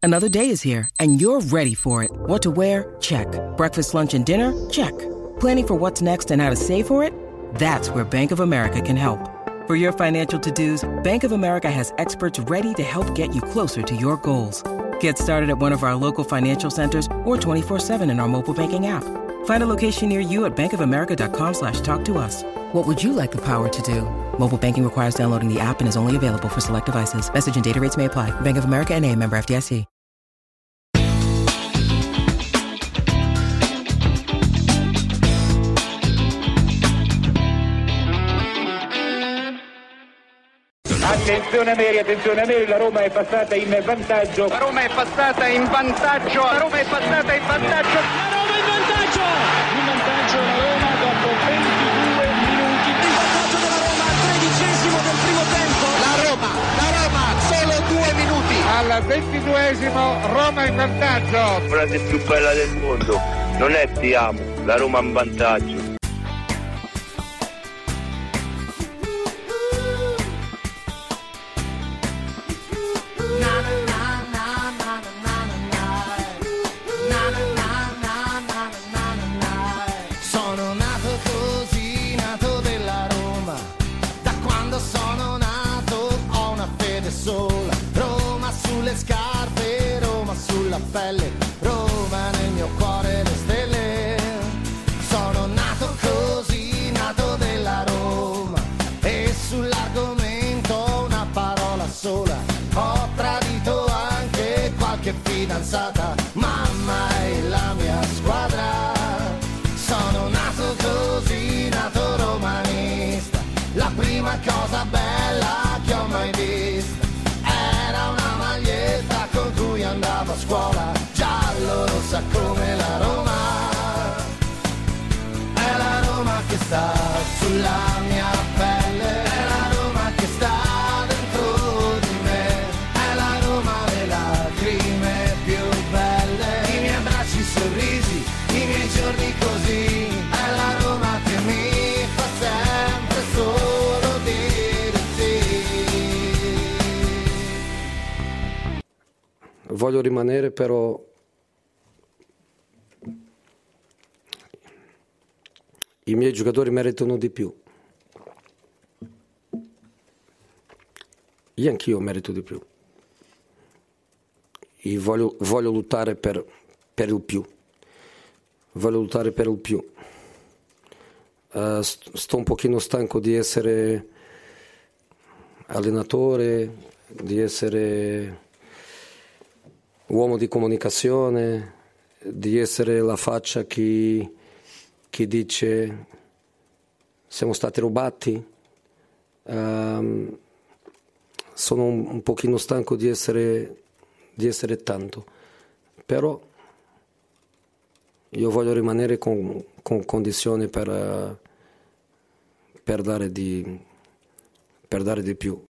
Another day is here, and you're ready for it. What to wear? Check. Breakfast, lunch, and dinner? Check. Planning for what's next and how to save for it? That's where Bank of America can help. For your financial to-dos, Bank of America has experts ready to help get you closer to your goals. Get started at one of our local financial centers or 24/7 in our mobile banking app. Find a location near you at bankofamerica.com/talktous. What would you like the power to do? Mobile banking requires downloading the app and is only available for select devices. Message and data rates may apply. Bank of America N.A., member FDIC. Attenzione Meri, la Roma è passata in vantaggio. La Roma è passata in vantaggio. La Roma è passata in vantaggio. La Roma in vantaggio. In vantaggio la Roma dopo 22 minuti. Il vantaggio della Roma al 13° del primo tempo. La Roma, solo 2 minuti. Al 22esimo Roma in vantaggio. La frase più bella del mondo non è ti amo, la Roma in vantaggio. Roma nel mio cuore le stelle. Sono nato così, nato della Roma. E sull'argomento una parola sola. Ho tradito anche qualche fidanzata. Mamma è la mia squadra. Sono nato così, nato romanista. La prima cosa bella che ho mai vista era una maglietta con cui andavo a scuola, giallo rossa come la Roma. È la Roma che sta sulla mia pelle, è la Roma che sta dentro di me, è la Roma le lacrime più belle, i miei abbracci, i sorrisi, i miei giorni così, è la Roma che mi fa sempre solo dire sì. Voglio rimanere, però i miei giocatori meritano di più. Io anch'io merito di più. Io voglio lottare per il più. Voglio lottare per il più. Sto un pochino stanco di essere allenatore, di essere uomo di comunicazione, di essere la faccia che dice siamo stati rubati. Sono un pochino stanco di essere tanto, però io voglio rimanere con condizioni per dare di più.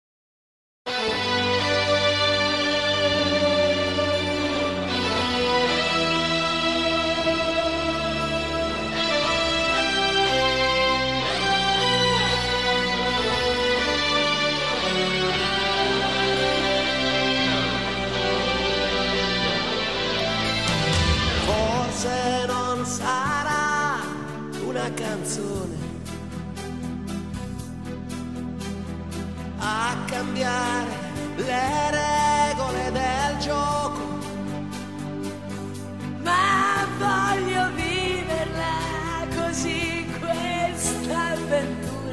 Canzone a cambiare le regole del gioco, ma voglio viverla così questa avventura,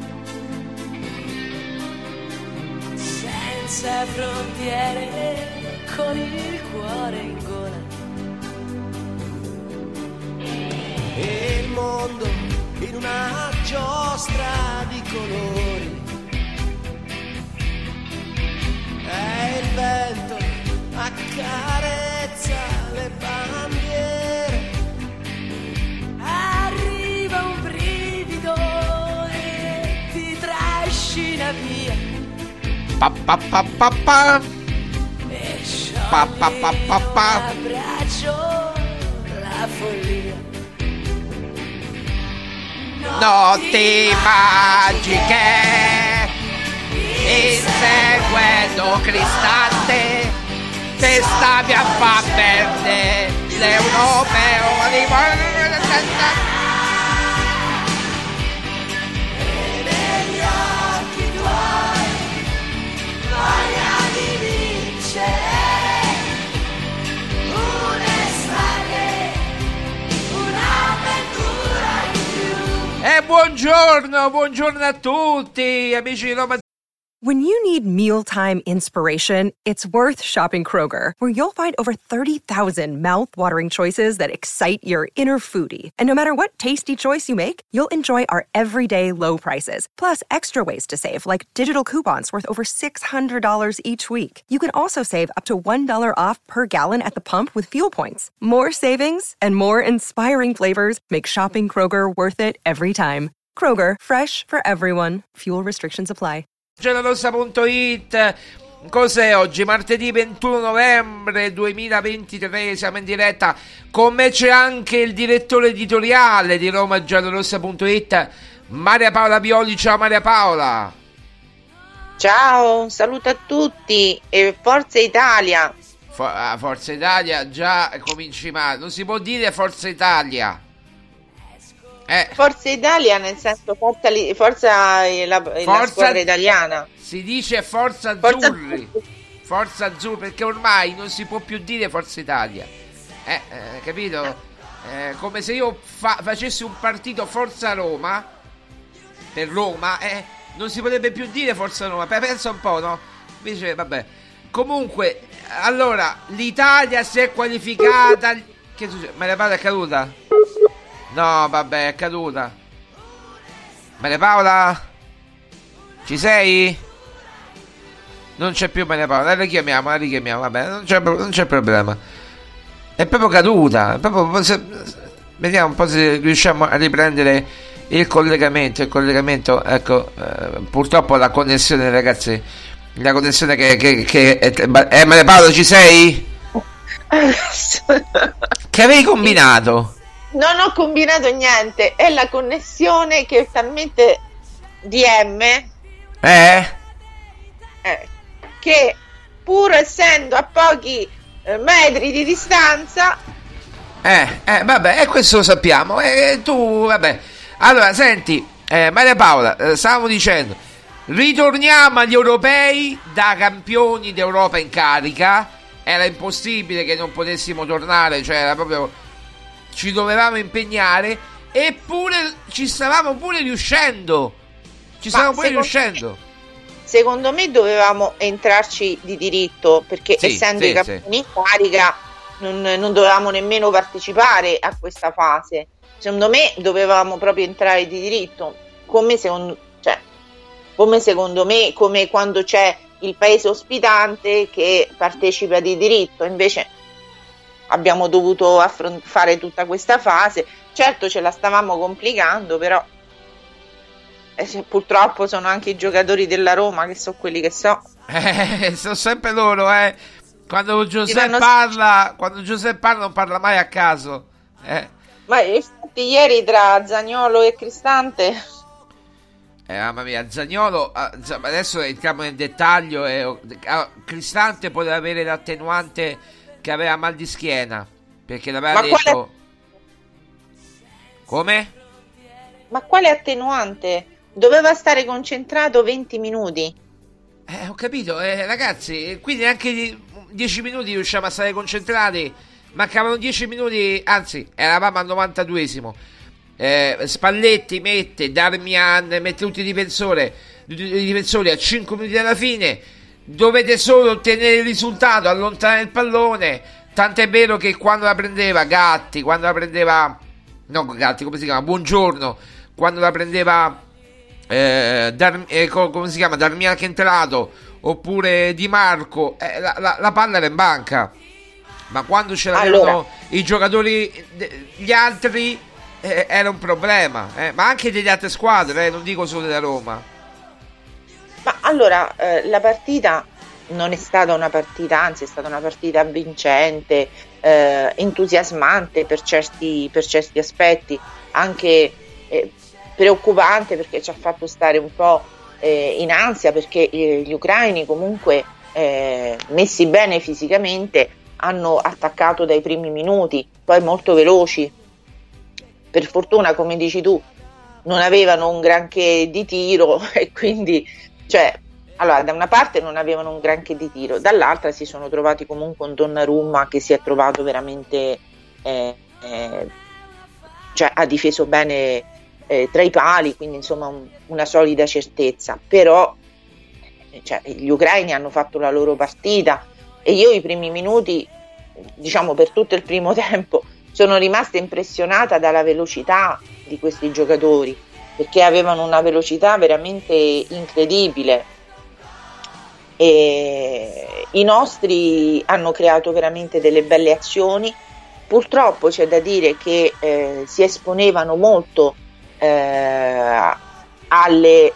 senza frontiere, con il cuore in gola. E il mondo in una giostra di colori, e il vento accarezza le bandiere, arriva un brivido e ti trascina via, e scioglie l'abbraccio la follia. Notti magiche, inseguendo Cristante, te stavi a far perdere l'europeo. Negli occhi tuoi voglia di vincere, un'estate, un'avventura in più. E buongiorno a tutti, amici di Roma. When you need mealtime inspiration, it's worth shopping Kroger, where you'll find over 30,000 mouth-watering choices that excite your inner foodie. And no matter what tasty choice you make, you'll enjoy our everyday low prices, plus extra ways to save, like digital coupons worth over $600 each week. You can also save up to $1 off per gallon at the pump with fuel points. More savings and more inspiring flavors make shopping Kroger worth it every time. Kroger, fresh for everyone. Fuel restrictions apply. Giallorossa.it. Cos'è oggi? Martedì 21 novembre 2023, siamo in diretta. Con me c'è anche il direttore editoriale di RomaGiallorossa.it, Maria Paola Violi. Ciao Maria Paola. Ciao, un saluto a tutti e Forza Italia. Forza Italia, già cominci male. Non si può dire Forza Italia. Forza Italia nel senso forza la squadra italiana. Si dice Forza Azzurri. Forza Azzurri, perché ormai non si può più dire Forza Italia. Capito? Come se io facessi un partito Forza Roma per Roma, non si potrebbe più dire Forza Roma. Pensa un po', no? Invece, vabbè. Comunque, allora, l'Italia si è qualificata. Che succede? Maria Paola è caduta? No, vabbè, è caduta. Maria Paola? Ci sei? Non c'è più Maria Paola, la richiamiamo, vabbè, non c'è problema. È proprio caduta. Vediamo un po' se riusciamo a riprendere il collegamento. Ecco, purtroppo la connessione, ragazzi. La connessione che Maria Paola, ci sei? Che avevi combinato? Non ho combinato niente, è la connessione che è talmente DM che pur essendo a pochi metri di distanza vabbè, questo lo sappiamo. Tu, vabbè. Allora, senti, Maria Paola, stavamo dicendo, ritorniamo agli europei da campioni d'Europa in carica. Era impossibile che non potessimo tornare, cioè era proprio, ci dovevamo impegnare, eppure ci stavamo pure riuscendo. Secondo me dovevamo entrarci di diritto, perché essendo i campioni in carica non dovevamo nemmeno partecipare a questa fase. Secondo me dovevamo proprio entrare di diritto, come quando c'è il paese ospitante che partecipa di diritto. Invece abbiamo dovuto fare tutta questa fase. Certo, ce la stavamo complicando, però purtroppo sono anche i giocatori della Roma che so quelli che so. Sono sempre loro, Quando Giuseppe parla non parla mai a caso. Ma infatti ieri tra Zaniolo e Cristante, mamma mia, Zaniolo, adesso entriamo nel dettaglio. Cristante poteva avere l'attenuante che aveva mal di schiena, perché l'aveva detto. Come? Ma quale attenuante? Doveva stare concentrato 20 minuti. Ho capito, ragazzi, quindi anche 10 minuti riusciamo a stare concentrati. Mancavano 10 minuti, anzi, eravamo al 92esimo. Spalletti mette, Darmian mette tutti i difensori a 5 minuti dalla fine. Dovete solo ottenere il risultato, allontanare il pallone. Tant'è vero che quando la prendeva Buongiorno, quando la prendeva come si chiama, Darmian che è entrato, oppure Di Marco, la palla era in banca. Ma quando ce l'avevano i giocatori gli altri era un problema, ma anche delle altre squadre, non dico solo della Roma. Ma allora la partita non è stata una partita, anzi è stata una partita vincente, entusiasmante per certi aspetti, anche preoccupante, perché ci ha fatto stare un po' in ansia, perché gli ucraini comunque messi bene fisicamente, hanno attaccato dai primi minuti, poi molto veloci. Per fortuna, come dici tu, non avevano un granché di tiro e quindi, allora, da una parte non avevano un granché di tiro, dall'altra si sono trovati comunque un Donnarumma che si è trovato veramente, ha difeso bene tra i pali, quindi insomma una solida certezza. Però gli ucraini hanno fatto la loro partita e io i primi minuti, diciamo per tutto il primo tempo, sono rimasta impressionata dalla velocità di questi giocatori, perché avevano una velocità veramente incredibile e i nostri hanno creato veramente delle belle azioni. Purtroppo c'è da dire che si esponevano molto alle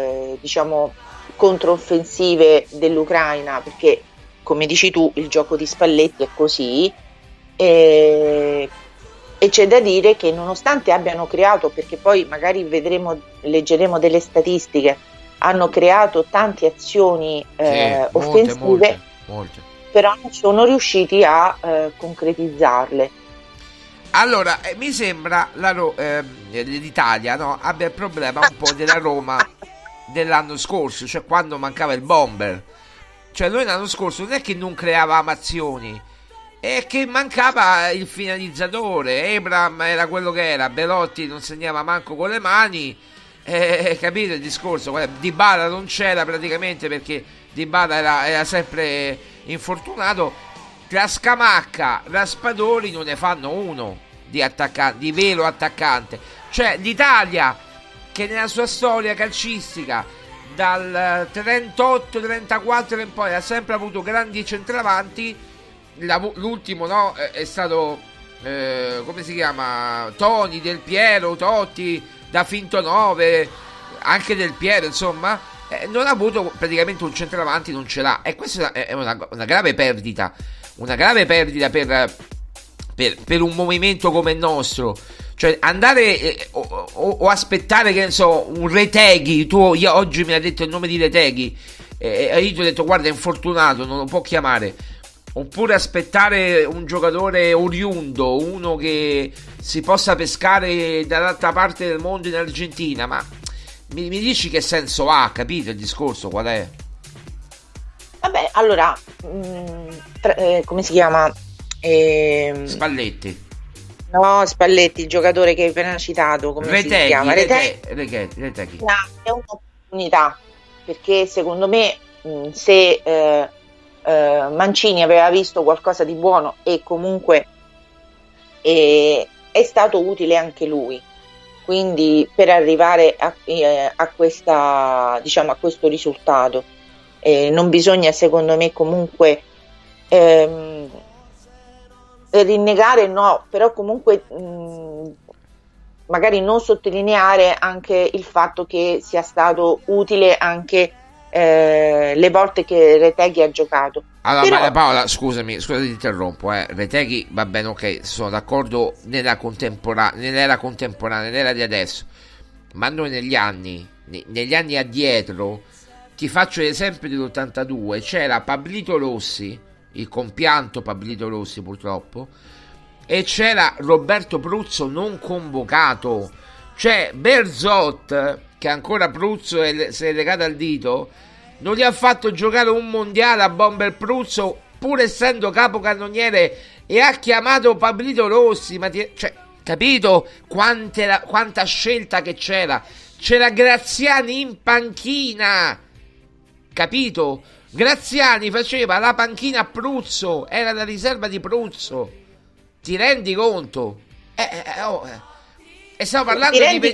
controffensive dell'Ucraina, perché come dici tu il gioco di Spalletti è così, e c'è da dire che nonostante abbiano creato, perché poi magari leggeremo delle statistiche, hanno creato tante azioni offensive, molte. Però non sono riusciti a concretizzarle. Allora, mi sembra l'Italia abbia il problema un po' della Roma dell'anno scorso, cioè quando mancava il bomber. Cioè noi l'anno scorso non è che non creavamo azioni, è che mancava il finalizzatore. Ebram era quello che era, Belotti non segnava manco con le mani, capito il discorso? Dybala non c'era praticamente perché Dybala era sempre infortunato. Tra Scamacca, Raspadori non ne fanno uno di vero attaccante. Cioè l'Italia, che nella sua storia calcistica dal 38-34 in poi ha sempre avuto grandi centravanti, l'ultimo è stato come si chiama, Toni, Del Piero, Totti, da Finto 9, anche Del Piero, insomma, non ha avuto praticamente un centravanti, non ce l'ha, e questa è una grave perdita, per un movimento come il nostro. Cioè andare o aspettare, che ne so, un Reteghi. Oggi mi ha detto il nome di Reteghi e io ti ho detto guarda è infortunato, non lo può chiamare. Oppure aspettare un giocatore oriundo, uno che si possa pescare dall'altra parte del mondo, in Argentina. Ma mi dici che senso ha, capito il discorso qual è? Vabbè, allora come si chiama? Spalletti. No, Spalletti, il giocatore che hai appena citato, come si chiama? Reteghi. È un'opportunità, perché secondo me se Mancini aveva visto qualcosa di buono e comunque è stato utile anche lui, quindi per arrivare a questa, diciamo, a questo risultato non bisogna, secondo me, comunque rinnegare, no, però comunque magari non sottolineare anche il fatto che sia stato utile anche le volte che Reteghi ha giocato. Allora, però... Paola, scusami, ti interrompo. Reteghi va bene, ok, sono d'accordo nell'era contemporanea, nell'era di adesso, ma noi negli anni addietro, ti faccio l'esempio dell'82, c'era Pablito Rossi, il compianto Pablito Rossi purtroppo, e c'era Roberto Pruzzo non convocato. Cioè Berzot, che ancora Pruzzo se è legato al dito, non gli ha fatto giocare un mondiale a Bomber Pruzzo, pur essendo capocannoniere, e ha chiamato Pablito Rossi. Cioè, capito quanta scelta che c'era Graziani in panchina, capito? Graziani faceva la panchina a Pruzzo, era la riserva di Pruzzo, ti rendi conto? E stiamo parlando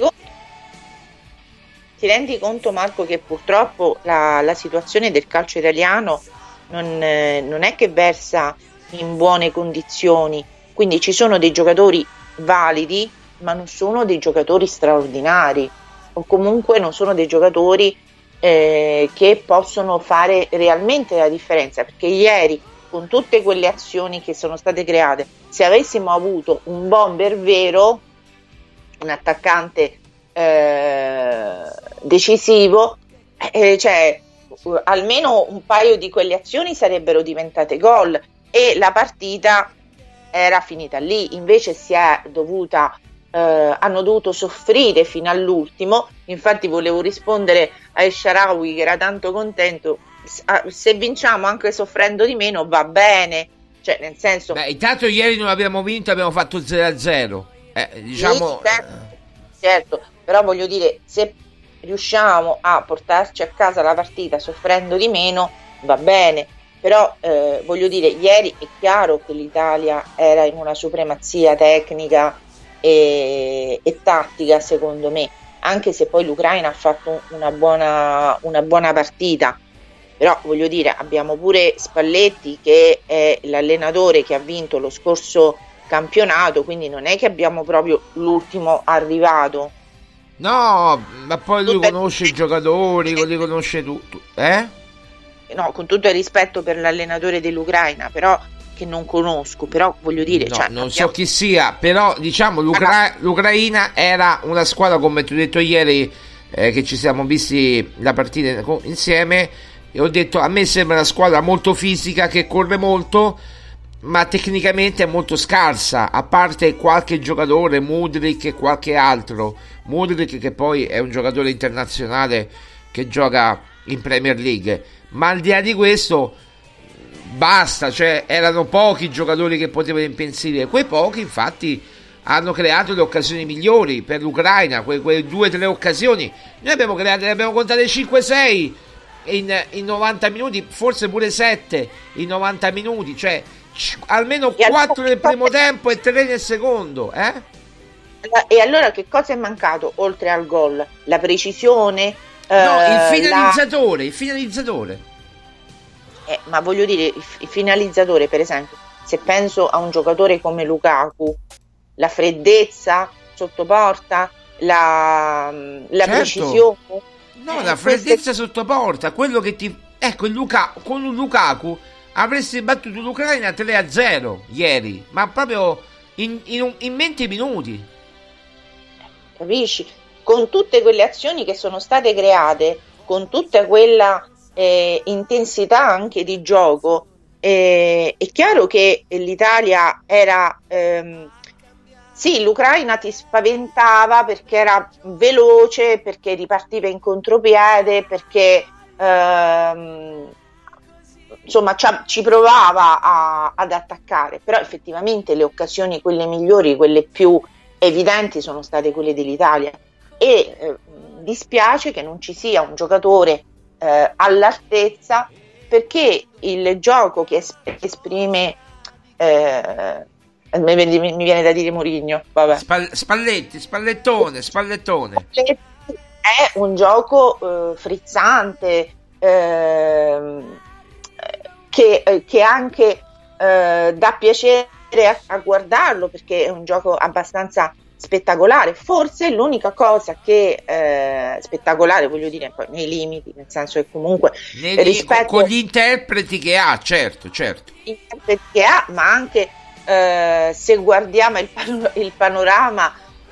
ti rendi conto, Marco, che purtroppo la situazione del calcio italiano non è che versa in buone condizioni, quindi ci sono dei giocatori validi ma non sono dei giocatori straordinari, o comunque non sono dei giocatori che possono fare realmente la differenza, perché ieri, con tutte quelle azioni che sono state create, se avessimo avuto un bomber vero, un attaccante decisivo, cioè almeno un paio di quelle azioni sarebbero diventate gol e la partita era finita lì. Invece hanno dovuto soffrire fino all'ultimo. Infatti volevo rispondere a El Shaarawy che era tanto contento: se vinciamo anche soffrendo di meno va bene, cioè nel senso, intanto ieri non abbiamo vinto, abbiamo fatto 0-0, diciamo sì, certo, però voglio dire, se riusciamo a portarci a casa la partita soffrendo di meno va bene. Però voglio dire, ieri è chiaro che l'Italia era in una supremazia tecnica e tattica, secondo me, anche se poi l'Ucraina ha fatto una buona partita. Però voglio dire, abbiamo pure Spalletti che è l'allenatore che ha vinto lo scorso campionato, quindi non è che abbiamo proprio l'ultimo arrivato. No, ma poi lui conosce i giocatori, li conosce tutto, No, con tutto il rispetto per l'allenatore dell'Ucraina, però che non conosco, però voglio dire, no, non so chi sia, però diciamo l'Ucraina era una squadra, come ti ho detto ieri, che ci siamo visti la partita insieme, e ho detto, a me sembra una squadra molto fisica, che corre molto, ma tecnicamente è molto scarsa, a parte qualche giocatore, Mudryk e qualche altro. Mudryk che poi è un giocatore internazionale che gioca in Premier League, ma al di là di questo basta, cioè erano pochi giocatori che potevano impensierire. Quei pochi infatti hanno creato le occasioni migliori per l'Ucraina, quelle 2-3 occasioni noi abbiamo create, ne abbiamo contate 5-6 in 90 minuti, forse pure 7 in 90 minuti, cioè almeno 4 nel primo tempo e 3 nel secondo. E allora che cosa è mancato oltre al gol? La precisione? No, il finalizzatore. Ma voglio dire, il finalizzatore, per esempio, se penso a un giocatore come Lukaku, la freddezza sotto porta, la precisione. No, la freddezza sotto porta, quello che ti... Ecco, con un Lukaku avresti battuto l'Ucraina 3-0 ieri, ma proprio in 20 minuti. Capisci? Con tutte quelle azioni che sono state create, con tutta quella intensità anche di gioco, è chiaro che l'Italia era... sì, l'Ucraina ti spaventava perché era veloce, perché ripartiva in contropiede, perché insomma ci provava ad attaccare, però effettivamente le occasioni, quelle migliori, quelle più evidenti, sono state quelle dell'Italia. E dispiace che non ci sia un giocatore all'altezza, perché il gioco che esprime mi viene da dire Mourinho, vabbè. Spallettone è un gioco frizzante, che anche dà piacere a guardarlo, perché è un gioco abbastanza spettacolare. Forse l'unica cosa che spettacolare, voglio dire, poi nei limiti, nel senso che comunque rispetto con gli interpreti che ha, certo gli interpreti che ha, ma anche se guardiamo il panorama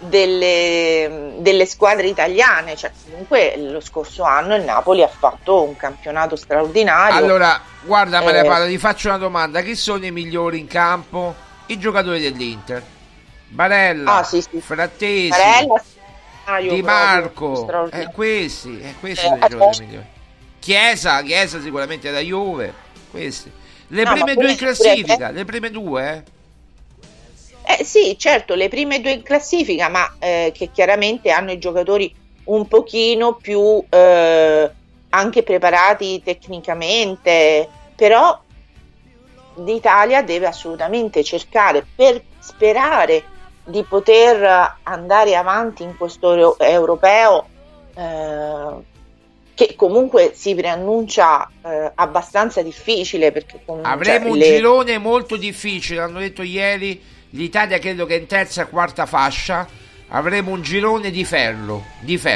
delle squadre italiane, cioè comunque lo scorso anno il Napoli ha fatto un campionato straordinario. Allora, guarda Maria Paola, ti faccio una domanda: chi sono i migliori in campo? I giocatori dell'Inter: Barella, Frattesi, Di Marco, questi sono i giocatori migliori. Chiesa sicuramente da Juve, questi. Le prime due in classifica, le prime due, sì, certo, le prime due in classifica, ma che chiaramente hanno i giocatori un pochino più anche preparati tecnicamente, però l'Italia deve assolutamente cercare, per sperare di poter andare avanti in questo europeo che comunque si preannuncia abbastanza difficile, perché avremo un girone molto difficile, hanno detto ieri. L'Italia credo che in terza e quarta fascia avremo un girone di ferro.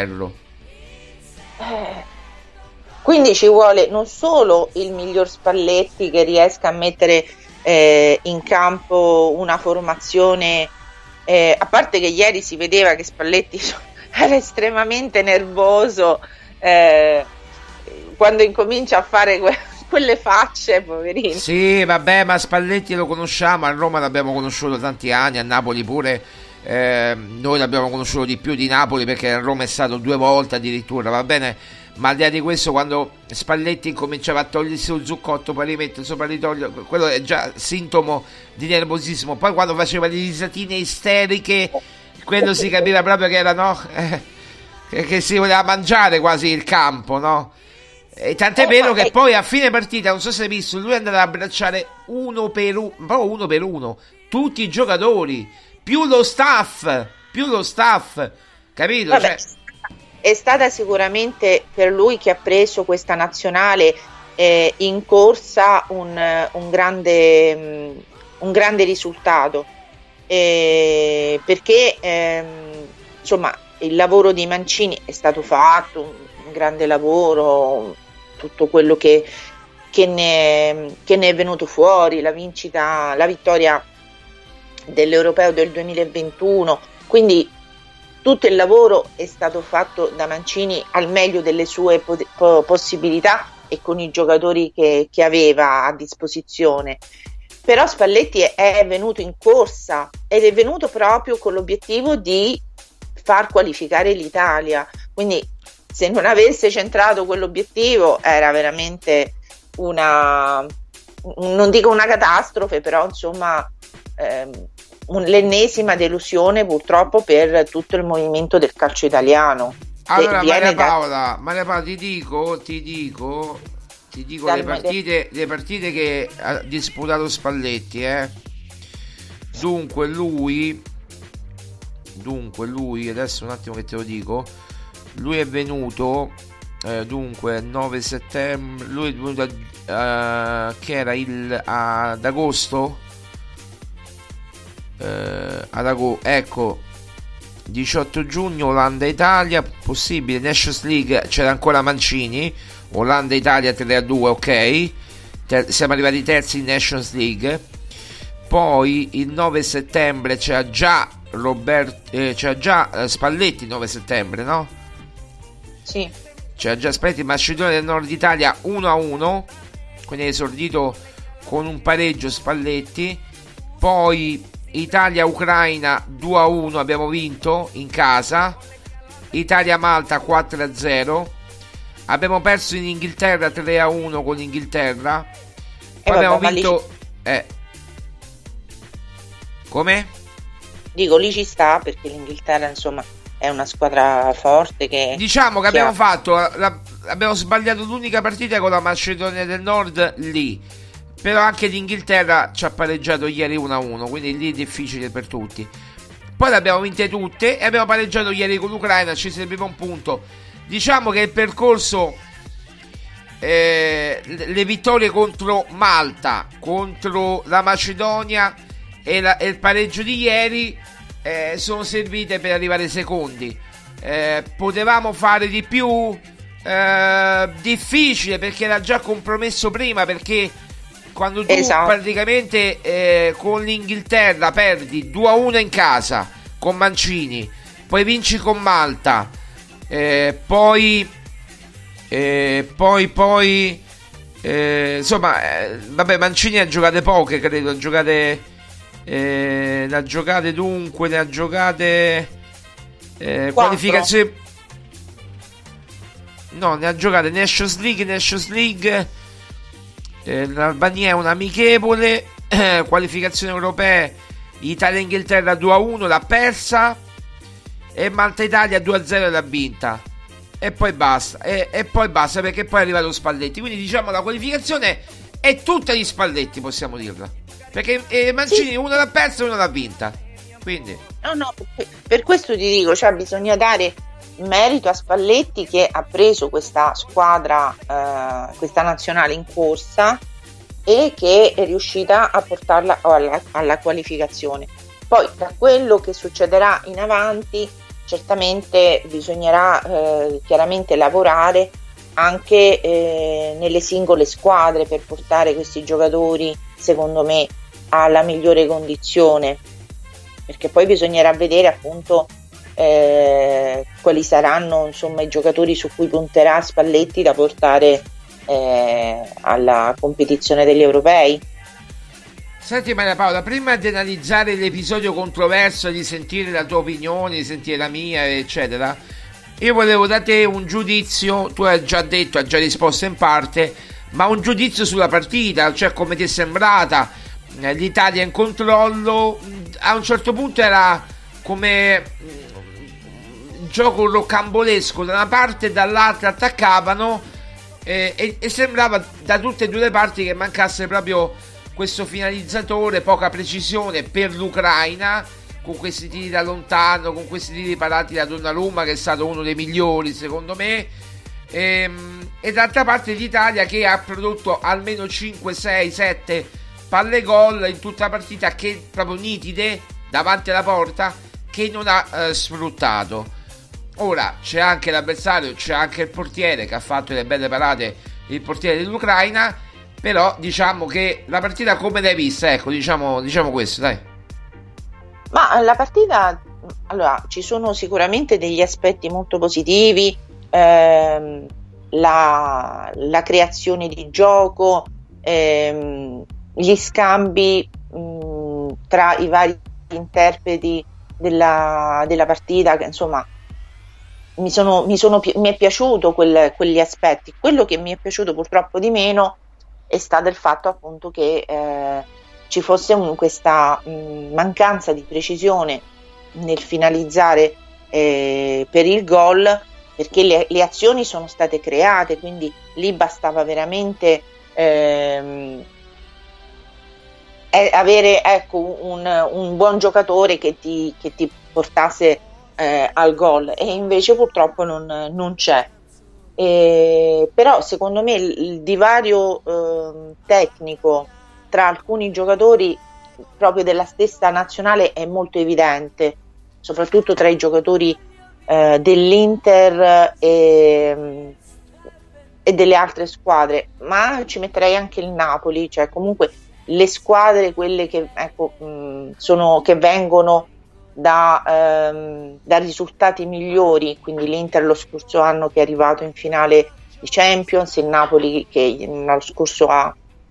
Quindi ci vuole non solo il miglior Spalletti che riesca a mettere in campo una formazione, a parte che ieri si vedeva che Spalletti era estremamente nervoso, quando incomincia a fare quelle facce, poverino. Sì, vabbè, ma Spalletti lo conosciamo, a Roma l'abbiamo conosciuto tanti anni, a Napoli pure, noi l'abbiamo conosciuto di più di Napoli perché a Roma è stato 2 volte addirittura, va bene, ma al di là di questo, quando Spalletti cominciava a togliersi lo zuccotto, poi rimettere sopra, ritoglio, quello è già sintomo di nervosismo. Poi quando faceva le risatine isteriche, quello si capiva proprio che era, no? Che si voleva mangiare quasi il campo, no? E tant'è vero che poi a fine partita, non so se hai visto, lui andava a abbracciare uno per uno tutti i giocatori, più lo staff, capito? Vabbè, è stata sicuramente per lui, che ha preso questa nazionale in corsa, un grande risultato, perché insomma il lavoro di Mancini è stato fatto, un grande lavoro, tutto quello che ne è venuto fuori, la vittoria dell'Europeo del 2021, quindi tutto il lavoro è stato fatto da Mancini al meglio delle sue possibilità e con i giocatori che aveva a disposizione. Però Spalletti è venuto in corsa ed è venuto proprio con l'obiettivo di far qualificare l'Italia, quindi se non avesse centrato quell'obiettivo era veramente non dico una catastrofe, però insomma l'ennesima delusione purtroppo per tutto il movimento del calcio italiano. Allora Maria Paola, ti dico le partite che ha disputato Spalletti, Dunque lui adesso un attimo che te lo dico, lui è venuto dunque 9 settembre, lui è venuto che era ad agosto, ecco, 18 giugno Olanda-Italia, possibile Nations League, c'era ancora Mancini, Olanda-Italia 3-2, ok, siamo arrivati terzi in Nations League. Poi il 9 settembre c'era già Spalletti, il 9 settembre, no? Sì. C'era già Spalletti, Macedonia del Nord Italia 1-1, quindi è esordito con un pareggio Spalletti. Poi Italia-Ucraina 2-1, abbiamo vinto in casa. Italia-Malta 4-0. Abbiamo perso in Inghilterra 3-1 con l'Inghilterra. Poi abbiamo vinto... Come? Dico, lì ci sta, perché l'Inghilterra insomma è una squadra forte che... Diciamo che abbiamo sbagliato l'unica partita con la Macedonia del Nord lì, però anche l'Inghilterra ci ha pareggiato ieri 1-1, quindi lì è difficile per tutti. Poi le abbiamo vinte tutte e abbiamo pareggiato ieri con l'Ucraina, ci serviva un punto. Diciamo che il percorso, le vittorie contro Malta, contro la Macedonia e il pareggio di ieri sono servite per arrivare secondi. Potevamo fare di più? Difficile, perché era già compromesso prima, perché quando tu praticamente con l'Inghilterra perdi 2-1 in casa con Mancini, poi vinci con Malta, poi insomma vabbè, Mancini ha giocate poche, credo, ne ha giocate qualificazioni, no, ne ha giocate Nations League, l'Albania è un amichevole, qualificazioni europee, Italia-Inghilterra 2-1 l'ha persa, e Malta-Italia 2-0 l'ha vinta, e poi basta, e poi basta, perché poi è arrivato Spalletti. Quindi diciamo la qualificazione è tutta di Spalletti, possiamo dirla, perché Mancini uno l'ha persa e uno l'ha vinta. Quindi no, per questo ti dico, cioè bisogna dare merito a Spalletti, che ha preso questa squadra, questa nazionale in corsa, e che è riuscita a portarla alla qualificazione. Poi da quello che succederà in avanti certamente bisognerà chiaramente lavorare anche nelle singole squadre per portare questi giocatori, secondo me, alla migliore condizione, perché poi bisognerà vedere appunto quali saranno insomma i giocatori su cui punterà Spalletti da portare alla competizione degli europei. Senti Maria Paola, prima di analizzare l'episodio controverso, di sentire la tua opinione, di sentire la mia eccetera, io volevo da te un giudizio. Tu hai già detto, hai già risposto in parte, ma un giudizio sulla partita, cioè come ti è sembrata l'Italia in controllo. A un certo punto era come gioco rocambolesco, da una parte e dall'altra attaccavano e sembrava da tutte e due le parti che mancasse proprio questo finalizzatore, poca precisione per l'Ucraina, con questi tiri da lontano, con questi tiri parati da Donnarumma, che è stato uno dei migliori secondo me, e d'altra parte l'Italia che ha prodotto almeno 5, 6, 7 palle gol in tutta la partita, che proprio nitide davanti alla porta, che non ha sfruttato. Ora c'è anche l'avversario, c'è anche il portiere che ha fatto delle belle parate, il portiere dell'Ucraina, però diciamo che la partita come l'hai vista? Ecco, diciamo questo, dai. Ma la partita, allora, ci sono sicuramente degli aspetti molto positivi, la creazione di gioco, gli scambi tra i vari interpreti della partita, che insomma mi è piaciuto quegli aspetti. Quello che mi è piaciuto purtroppo di meno è stato il fatto appunto che ci fosse questa mancanza di precisione nel finalizzare per il gol, perché le azioni sono state create, quindi lì bastava veramente avere un buon giocatore che ti portasse al gol, e invece purtroppo non c'è. Però secondo me il divario tecnico tra alcuni giocatori proprio della stessa nazionale è molto evidente, soprattutto tra i giocatori dell'Inter e delle altre squadre, ma ci metterei anche il Napoli, cioè comunque le squadre, quelle che che vengono da risultati migliori, quindi l'Inter lo scorso anno che è arrivato in finale di Champions, il Napoli che l'anno scorso ha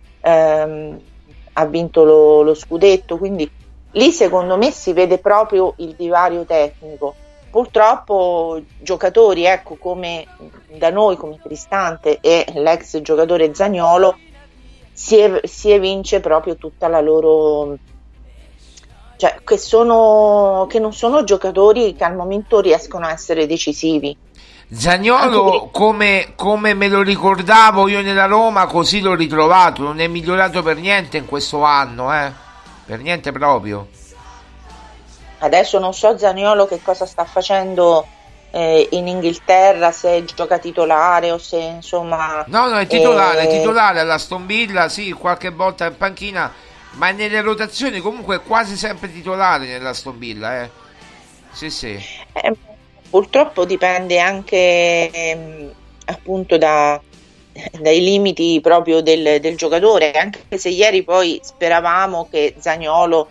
vinto lo scudetto, quindi lì secondo me si vede proprio il divario tecnico. Purtroppo giocatori come da noi, come Cristante e l'ex giocatore Zaniolo, si evince proprio tutta la loro, cioè che non sono giocatori che al momento riescono a essere decisivi. Zaniolo, come me lo ricordavo io nella Roma, così l'ho ritrovato, non è migliorato per niente in questo anno, per niente proprio. Adesso non so Zaniolo che cosa sta facendo in Inghilterra, se gioca titolare o se insomma... No, è titolare all'Aston Villa, sì, qualche volta in panchina, ma nelle rotazioni comunque è quasi sempre titolare nell'Aston Villa, sì. Purtroppo dipende anche appunto dai limiti proprio del giocatore, anche se ieri poi speravamo che Zaniolo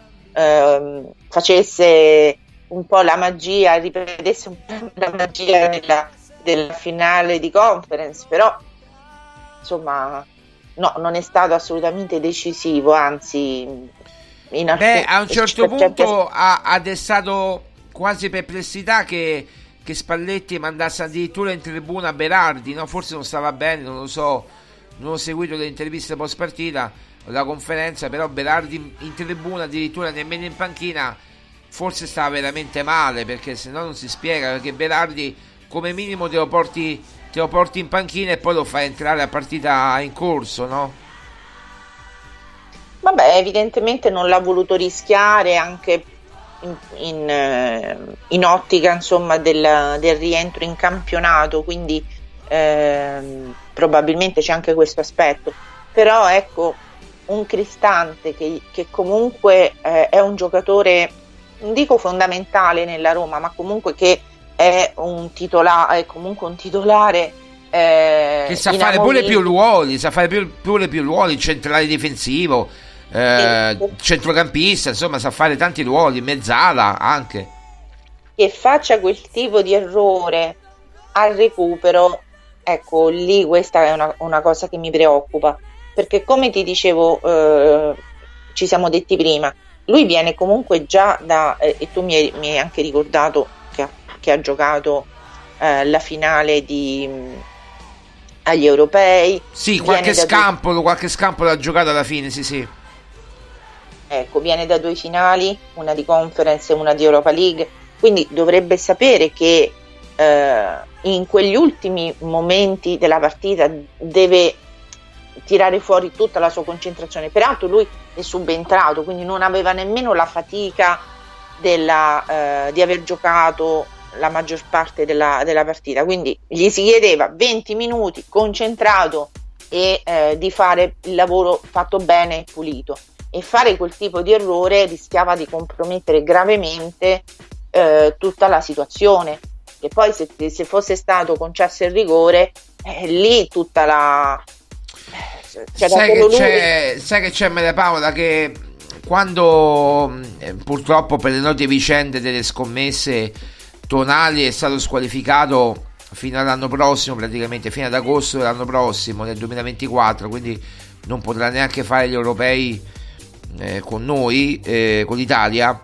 facesse un po' la magia, ripetesse un po' la magia della finale di Conference, però insomma no, non è stato assolutamente decisivo, anzi a un certo punto ha destato quasi perplessità che Spalletti mandasse addirittura in tribuna Berardi, no? Forse non stava bene, non lo so, non ho seguito le interviste post partita, la conferenza, però Berardi in tribuna, addirittura nemmeno in panchina, forse stava veramente male, perché se no non si spiega, perché Berardi come minimo te lo porti in panchina e poi lo fai entrare a partita in corso, no? Vabbè, evidentemente non l'ha voluto rischiare, anche in ottica insomma del rientro in campionato, quindi probabilmente c'è anche questo aspetto. Però ecco, un Cristante che comunque è un giocatore, non dico fondamentale nella Roma, ma comunque che è comunque un titolare che sa fare pure più ruoli, centrale difensivo, centrocampista, insomma sa fare tanti ruoli, mezzala anche. che faccia quel tipo di errore al recupero, ecco, lì questa è una cosa che mi preoccupa, perché come ti dicevo, ci siamo detti prima, lui viene comunque già da, e tu mi hai anche ricordato che ha giocato la finale agli europei. Sì, qualche scampo l'ha giocato alla fine, sì. Ecco, viene da 2 finali, una di Conference e una di Europa League, quindi dovrebbe sapere che in quegli ultimi momenti della partita deve tirare fuori tutta la sua concentrazione. Peraltro lui è subentrato, quindi non aveva nemmeno la fatica di aver giocato la maggior parte della partita, quindi gli si chiedeva 20 minuti concentrato e di fare il lavoro fatto bene e pulito, e fare quel tipo di errore rischiava di compromettere gravemente tutta la situazione, e poi se fosse stato concesso il rigore, lì tutta la sai che c'è Maria Paola, che quando purtroppo per le note vicende delle scommesse Tonali è stato squalificato fino all'anno prossimo, praticamente fino ad agosto dell'anno prossimo, nel 2024, quindi non potrà neanche fare gli europei con noi, con l'Italia.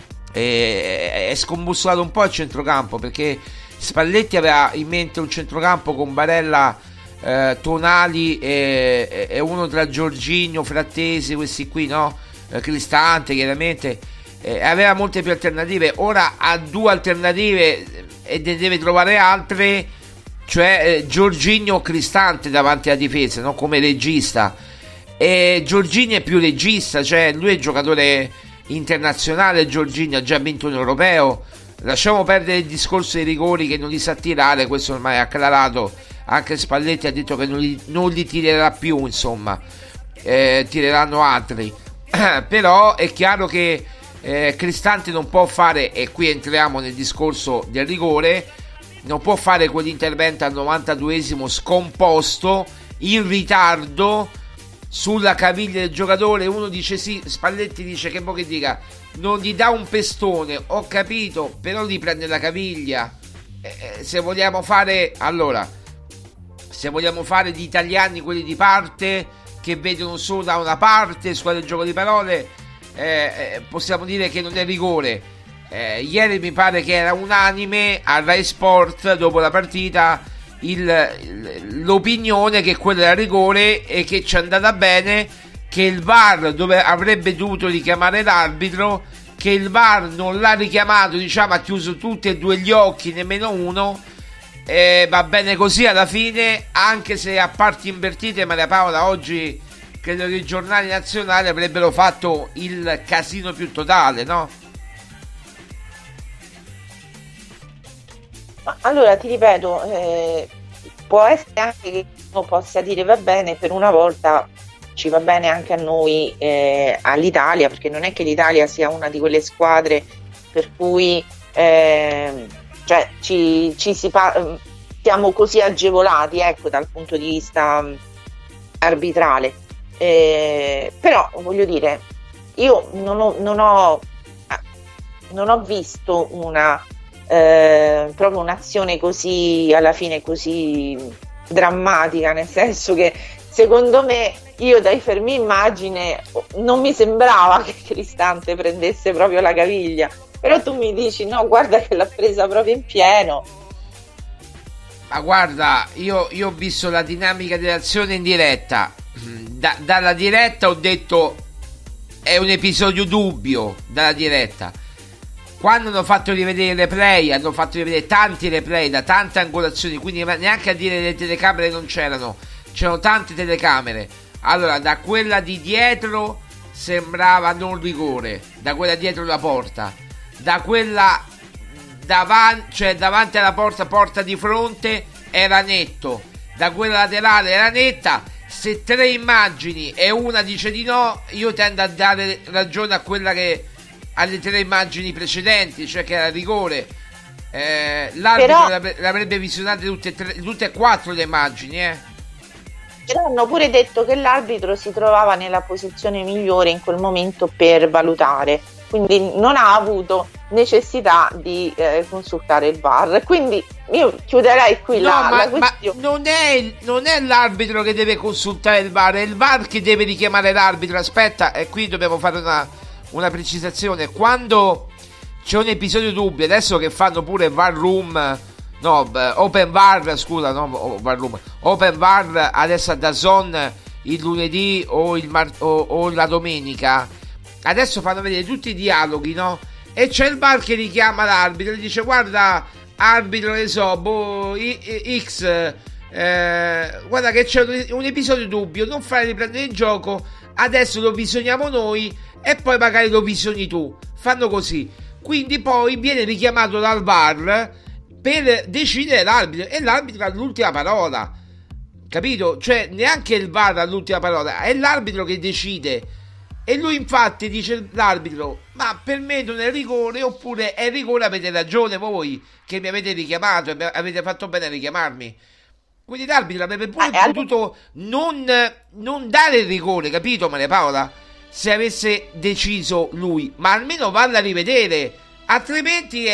È scombussolato un po' il centrocampo, perché Spalletti aveva in mente un centrocampo con Barella, Tonali e uno tra Jorginho, Frattesi, questi qui, no? Cristante chiaramente, aveva molte più alternative. Ora ha 2 alternative e ne deve trovare altre, cioè Jorginho o Cristante davanti alla difesa, no? Come regista, e Jorginho è più regista, cioè lui è giocatore internazionale. Jorginho ha già vinto un europeo. Lasciamo perdere il discorso dei rigori che non li sa tirare, questo ormai è acclarato, anche Spalletti ha detto che non li tirerà più, insomma, tireranno altri. Però è chiaro che Cristante non può fare, e qui entriamo nel discorso del rigore, non può fare quell'intervento al 92esimo scomposto, in ritardo, sulla caviglia del giocatore. Uno dice sì, Spalletti dice che che dica, non gli dà un pestone, ho capito, però gli prende la caviglia. Se vogliamo fare gli italiani quelli di parte, che vedono solo da una parte, squadra del gioco di parole, possiamo dire che non è rigore. Ieri mi pare che era unanime a Rai Sport dopo la partita l'opinione che quello era rigore, e che ci è andata bene, che il VAR, dove avrebbe dovuto richiamare l'arbitro, che il VAR non l'ha richiamato, diciamo ha chiuso tutti e 2 gli occhi, nemmeno uno. Va bene così alla fine, anche se a parti invertite, Maria Paola, oggi credo che i giornali nazionali avrebbero fatto il casino più totale, no? Allora ti ripeto, può essere anche che uno possa dire va bene, per una volta ci va bene anche a noi, all'Italia, perché non è che l'Italia sia una di quelle squadre per cui cioè siamo così agevolati, ecco, dal punto di vista arbitrale, però voglio dire, io non ho visto proprio un'azione così, alla fine così drammatica, nel senso che secondo me, io dai fermi immagine non mi sembrava che Cristante prendesse proprio la caviglia, però tu mi dici no, guarda che l'ha presa proprio in pieno. Ma guarda, io ho visto la dinamica dell'azione in diretta, dalla diretta ho detto è un episodio dubbio, dalla diretta. Quando hanno fatto rivedere i replay, hanno fatto rivedere tanti replay da tante angolazioni, quindi neanche a dire le telecamere non c'erano tante telecamere. Allora, da quella di dietro sembrava non rigore, da quella dietro la porta, da quella davanti alla porta di fronte era netto, da quella laterale era netta. Se 3 immagini e una dice di no, io tendo a dare ragione a quella che alle 3 immagini precedenti, cioè che era rigore. L'arbitro l'avrebbe visionate tutte e 4 le immagini, Però hanno pure detto che l'arbitro si trovava nella posizione migliore in quel momento per valutare, quindi non ha avuto necessità di consultare il VAR. Quindi io chiuderei qui la questione. Ma non è l'arbitro che deve consultare il VAR, è il VAR che deve richiamare l'arbitro. Aspetta, e qui dobbiamo fare una precisazione. Quando c'è un episodio dubbio, adesso che fanno pure VAR Room, Open VAR, scusa, no, VAR Room, Open VAR adesso a DAZN il lunedì o la domenica, adesso fanno vedere tutti i dialoghi, no? E c'è il VAR che richiama l'arbitro e dice: guarda arbitro, che so, X, guarda che c'è un episodio dubbio, non fare riprendere il gioco, adesso lo visioniamo noi e poi magari lo visioni tu. Fanno così, quindi poi viene richiamato dal VAR per decidere l'arbitro, e l'arbitro ha l'ultima parola, capito? Cioè neanche il VAR ha l'ultima parola, è l'arbitro che decide. E lui infatti dice l'arbitro: ma per me non è rigore, oppure è rigore, avete ragione voi che mi avete richiamato e avete fatto bene a richiamarmi. Quindi l'arbitro avrebbe pure potuto non dare il rigore, capito Maria Paola, se avesse deciso lui, ma almeno valla a rivedere, altrimenti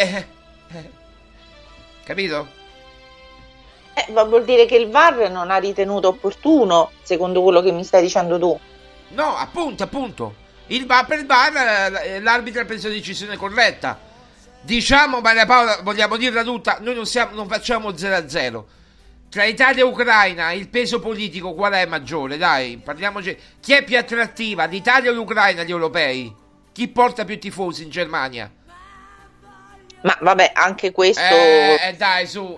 capito? Ma vuol dire che il VAR non ha ritenuto opportuno, secondo quello che mi stai dicendo tu. No, appunto. Per il VAR l'arbitro ha preso la decisione corretta. Diciamo, Maria Paola, vogliamo dirla tutta, noi non facciamo 0-0. Tra Italia e Ucraina il peso politico qual è maggiore? Dai, parliamoci. Chi è più attrattiva, l'Italia o l'Ucraina, gli europei? Chi porta più tifosi in Germania? Ma vabbè, anche questo dai, su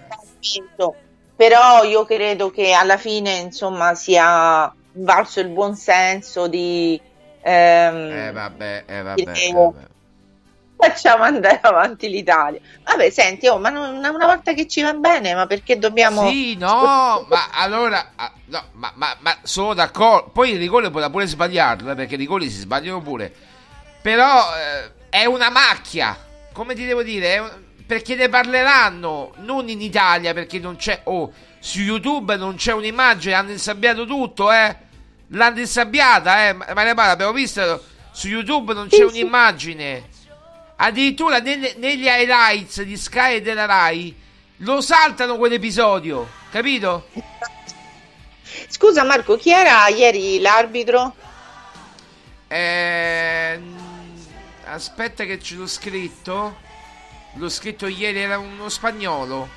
però io credo che alla fine, insomma, sia valso il buon senso di vabbè. Facciamo andare avanti l'Italia. Vabbè, senti, ma una volta che ci va bene, ma perché dobbiamo... Sì, no, ma allora no, ma sono d'accordo. Poi il rigore può pure sbagliarlo, perché i rigori si sbagliano pure. Però è una macchia, come ti devo dire, perché ne parleranno, non in Italia, perché non c'è, su YouTube non c'è un'immagine, hanno insabbiato tutto, l'hanno insabbiata, ma abbiamo visto, su YouTube non c'è un'immagine, addirittura negli highlights di Sky e della Rai lo saltano quell'episodio, capito? Scusa Marco, chi era ieri l'arbitro? Aspetta che ce l'ho scritto ieri, era uno spagnolo.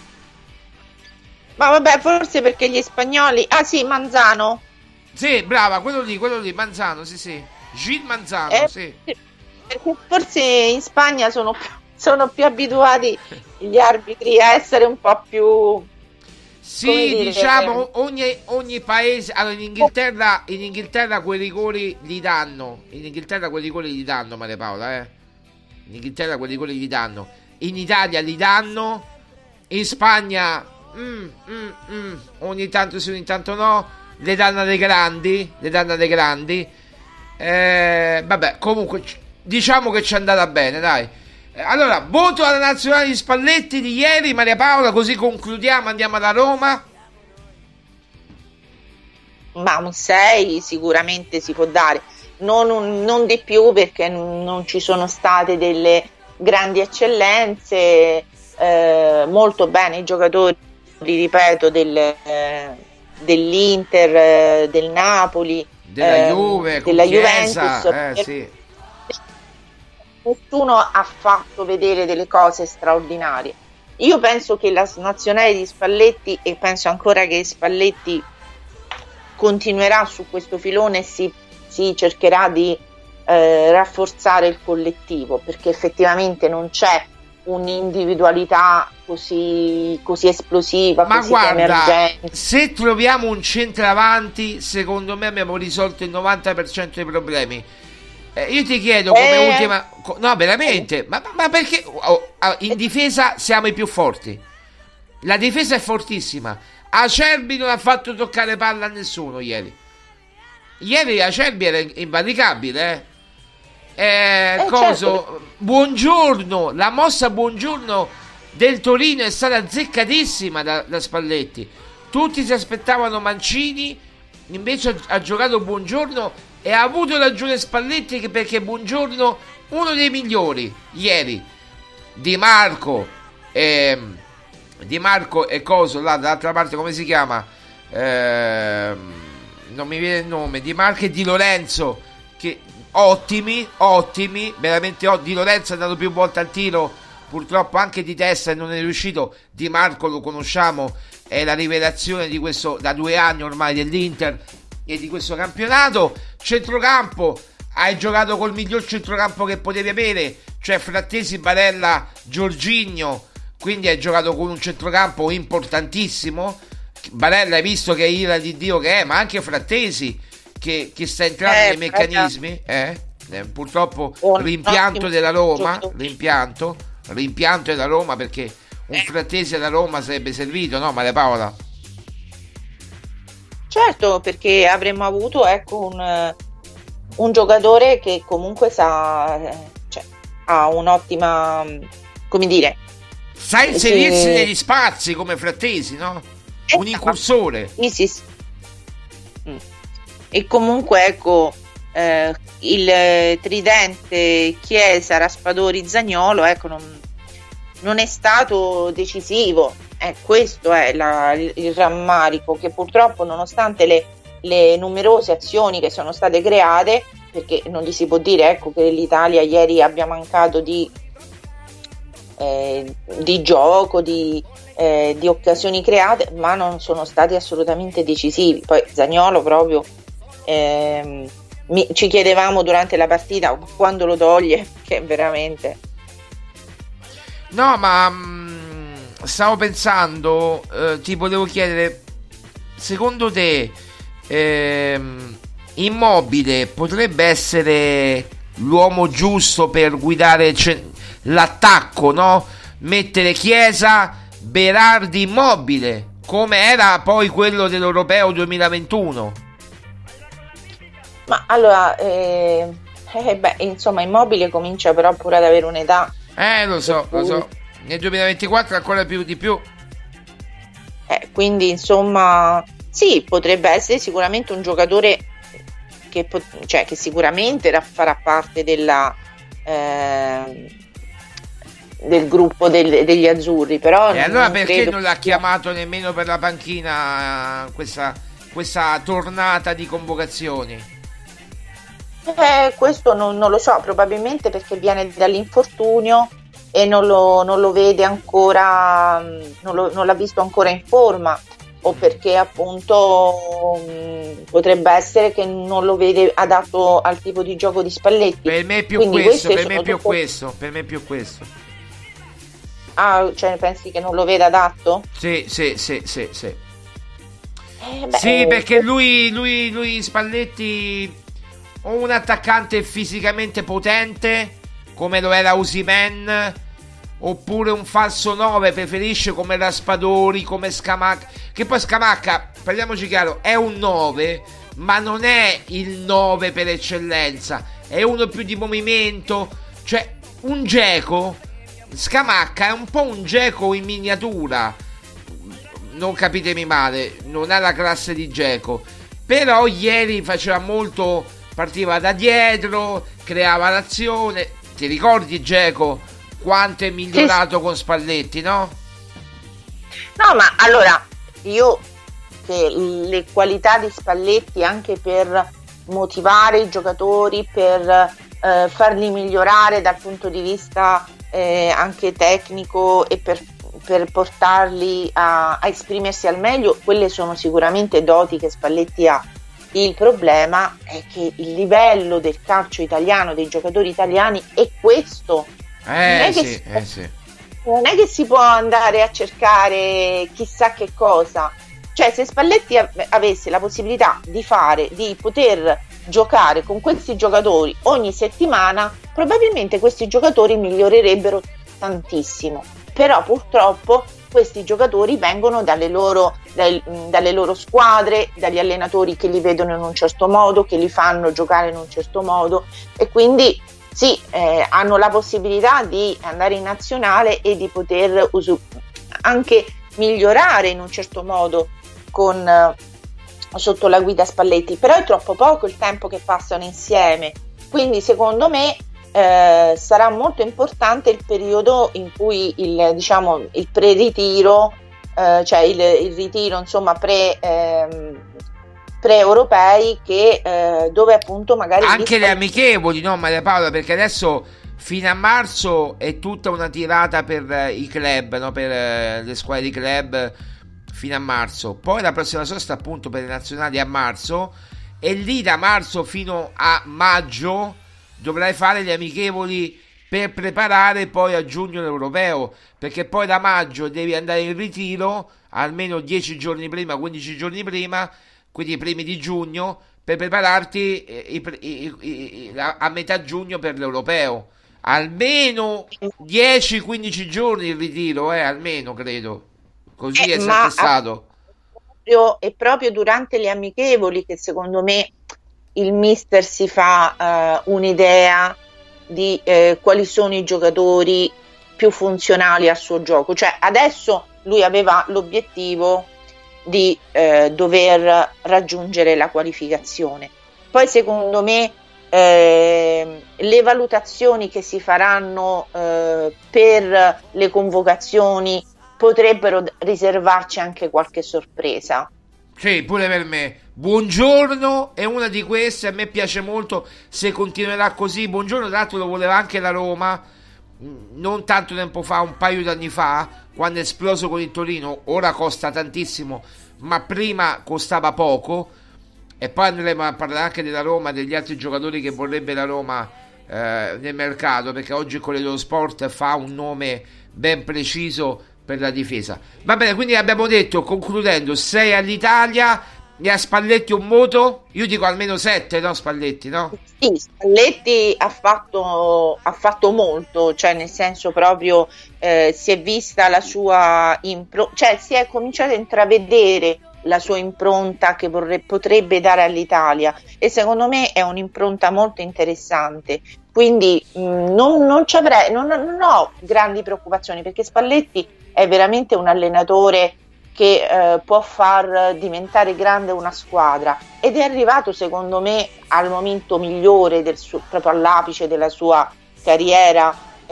Ma vabbè, forse perché gli spagnoli... Ah sì, Manzano. Sì, brava, quello lì, Manzano, sì. Gil Manzano, sì. Perché forse in Spagna sono più abituati gli arbitri a essere un po' più... Sì, diciamo, ogni paese... Allora, in Inghilterra quei rigori li danno. Maria Paola, In Inghilterra quei rigori li danno. In Italia li danno. In Spagna... ogni tanto sì, ogni tanto no. Le danno alle grandi. Vabbè, comunque diciamo che ci è andata bene, dai. Allora, voto alla nazionale di Spalletti di ieri, Maria Paola, così concludiamo, andiamo alla Roma. Ma un 6 sicuramente si può dare, non di più, perché non ci sono state delle grandi eccellenze. Molto bene i giocatori, ripeto, dell'Inter, del Napoli, della Juve, della Chiesa, Juventus. Sì. Nessuno ha fatto vedere delle cose straordinarie. Io penso che la nazionale di Spalletti, e penso ancora che Spalletti continuerà su questo filone, si cercherà di rafforzare il collettivo, perché effettivamente non c'è un'individualità così esplosiva, ma così guarda, emergente. Se troviamo un centravanti, secondo me abbiamo risolto il 90% dei problemi. Io ti chiedo come ultima... No, veramente, ma perché in difesa siamo i più forti. La difesa è fortissima. Acerbi non ha fatto toccare palla a nessuno ieri. Ieri Acerbi era invalicabile, certo. Buongiorno, la mossa Buongiorno del Torino è stata azzeccatissima da Spalletti. Tutti si aspettavano Mancini, invece ha giocato Buongiorno e ha avuto ragione Spalletti perché Buongiorno, uno dei migliori ieri, Di Marco e coso là dall'altra parte, come si chiama, non mi viene il nome, Di Marco e Di Lorenzo, che ottimi, veramente Di Lorenzo è andato più volte al tiro, purtroppo anche di testa e non è riuscito. Di Marco lo conosciamo, è la rivelazione di questo, da 2 anni ormai, dell'Inter e di questo campionato. Centrocampo, hai giocato col miglior centrocampo che potevi avere, cioè Frattesi, Barella, Jorginho, quindi hai giocato con un centrocampo importantissimo. Barella hai visto che è ira di Dio che è, ma anche Frattesi che sta entrando nei meccanismi, purtroppo rimpianto della Roma, rimpianto della Roma, perché un Frattesi alla Roma sarebbe servito, no Maria Paola? Certo, perché avremmo avuto un giocatore che comunque ha un'ottima, come dire, sa inserirsi negli spazi come Frattesi, no? Un incursore. Sì. E comunque il tridente Chiesa, Raspadori, Zaniolo non è stato decisivo. Questo è il rammarico, che purtroppo, nonostante le numerose azioni che sono state create, perché non gli si può dire che l'Italia ieri abbia mancato di gioco, di occasioni create, ma non sono stati assolutamente decisivi. Poi Zaniolo proprio ci chiedevamo durante la partita quando lo toglie, che veramente no, ma stavo pensando, ti volevo chiedere, secondo te Immobile potrebbe essere l'uomo giusto per guidare l'attacco, no? Mettere Chiesa, Berardi, Immobile, come era poi quello dell'Europeo 2021. Ma allora insomma Immobile comincia però pure ad avere un'età, lo so, nel 2024 ancora di più, quindi insomma sì, potrebbe essere sicuramente un giocatore che sicuramente farà parte del gruppo degli azzurri, però e allora perché non l'ha chiamato nemmeno per la panchina questa tornata di convocazioni? Questo non lo so, probabilmente perché viene dall'infortunio e non lo vede ancora, non l'ha visto ancora in forma, o perché appunto potrebbe essere che non lo vede adatto al tipo di gioco di Spalletti. Per me è più questo. Ah, cioè pensi che non lo veda adatto? Sì. Sì, perché lui Spalletti, o un attaccante fisicamente potente come lo era Osimhen, oppure un falso 9 preferisce come Raspadori, come Scamacca, che poi Scamacca, parliamoci chiaro, è un 9 ma non è il 9 per eccellenza, è uno più di movimento, cioè un Dzeko. Scamacca è un po' un Dzeko in miniatura, non capitemi male, non ha la classe di Dzeko, però ieri faceva molto, partiva da dietro, creava l'azione. Ti ricordi Dzeko quanto è migliorato con Spalletti, no? No, ma allora io che le qualità di Spalletti anche per motivare i giocatori, per farli migliorare dal punto di vista anche tecnico e per portarli a esprimersi al meglio, quelle sono sicuramente doti che Spalletti ha. Il problema è che il livello del calcio italiano, dei giocatori italiani, è questo. Non è che si può andare a cercare chissà che cosa. Cioè, se Spalletti avesse la possibilità di poter giocare con questi giocatori ogni settimana, probabilmente questi giocatori migliorerebbero tantissimo. Però purtroppo questi giocatori vengono dalle loro squadre, dagli allenatori che li vedono in un certo modo, che li fanno giocare in un certo modo, e quindi sì, hanno la possibilità di andare in nazionale e di poter anche migliorare in un certo modo con sotto la guida Spalletti, però è troppo poco il tempo che passano insieme, quindi secondo me sarà molto importante il periodo in cui il pre-ritiro, cioè il ritiro insomma pre-europei, che dove appunto magari anche le amichevoli, no Maria Paola, perché adesso fino a marzo è tutta una tirata per i club, no? Per le squadre di club fino a marzo, poi la prossima sosta appunto per le nazionali a marzo, e lì da marzo fino a maggio dovrai fare gli amichevoli per preparare poi a giugno l'europeo, perché poi da maggio devi andare in ritiro almeno 10 giorni prima, 15 giorni prima, quindi i primi di giugno, per prepararti a metà giugno per l'europeo. Almeno 10-15 giorni il ritiro, almeno credo. Così è sempre stato. È proprio durante le amichevoli che secondo me il mister si fa un'idea di quali sono i giocatori più funzionali al suo gioco. Cioè adesso lui aveva l'obiettivo di dover raggiungere la qualificazione. Poi secondo me le valutazioni che si faranno per le convocazioni potrebbero riservarci anche qualche sorpresa. Sì, pure per me. Buongiorno è una di queste, a me piace molto se continuerà così. Buongiorno, tra l'altro lo voleva anche la Roma non tanto tempo fa, un paio d'anni fa, quando è esploso con il Torino. Ora costa tantissimo, ma prima costava poco. E poi andremo a parlare anche della Roma, degli altri giocatori che vorrebbe la Roma nel mercato, perché oggi con lo Sport fa un nome ben preciso per la difesa. Va bene, quindi abbiamo detto, concludendo, 6 all'Italia e a Spalletti un voto? Io dico almeno 7, no Spalletti, no? Sì, Spalletti ha fatto molto, cioè nel senso proprio si è vista la sua cioè si è cominciato a intravedere la sua impronta che potrebbe dare all'Italia, e secondo me è un'impronta molto interessante, quindi non ho grandi preoccupazioni, perché Spalletti è veramente un allenatore che può far diventare grande una squadra, ed è arrivato secondo me al momento migliore proprio all'apice della sua carriera,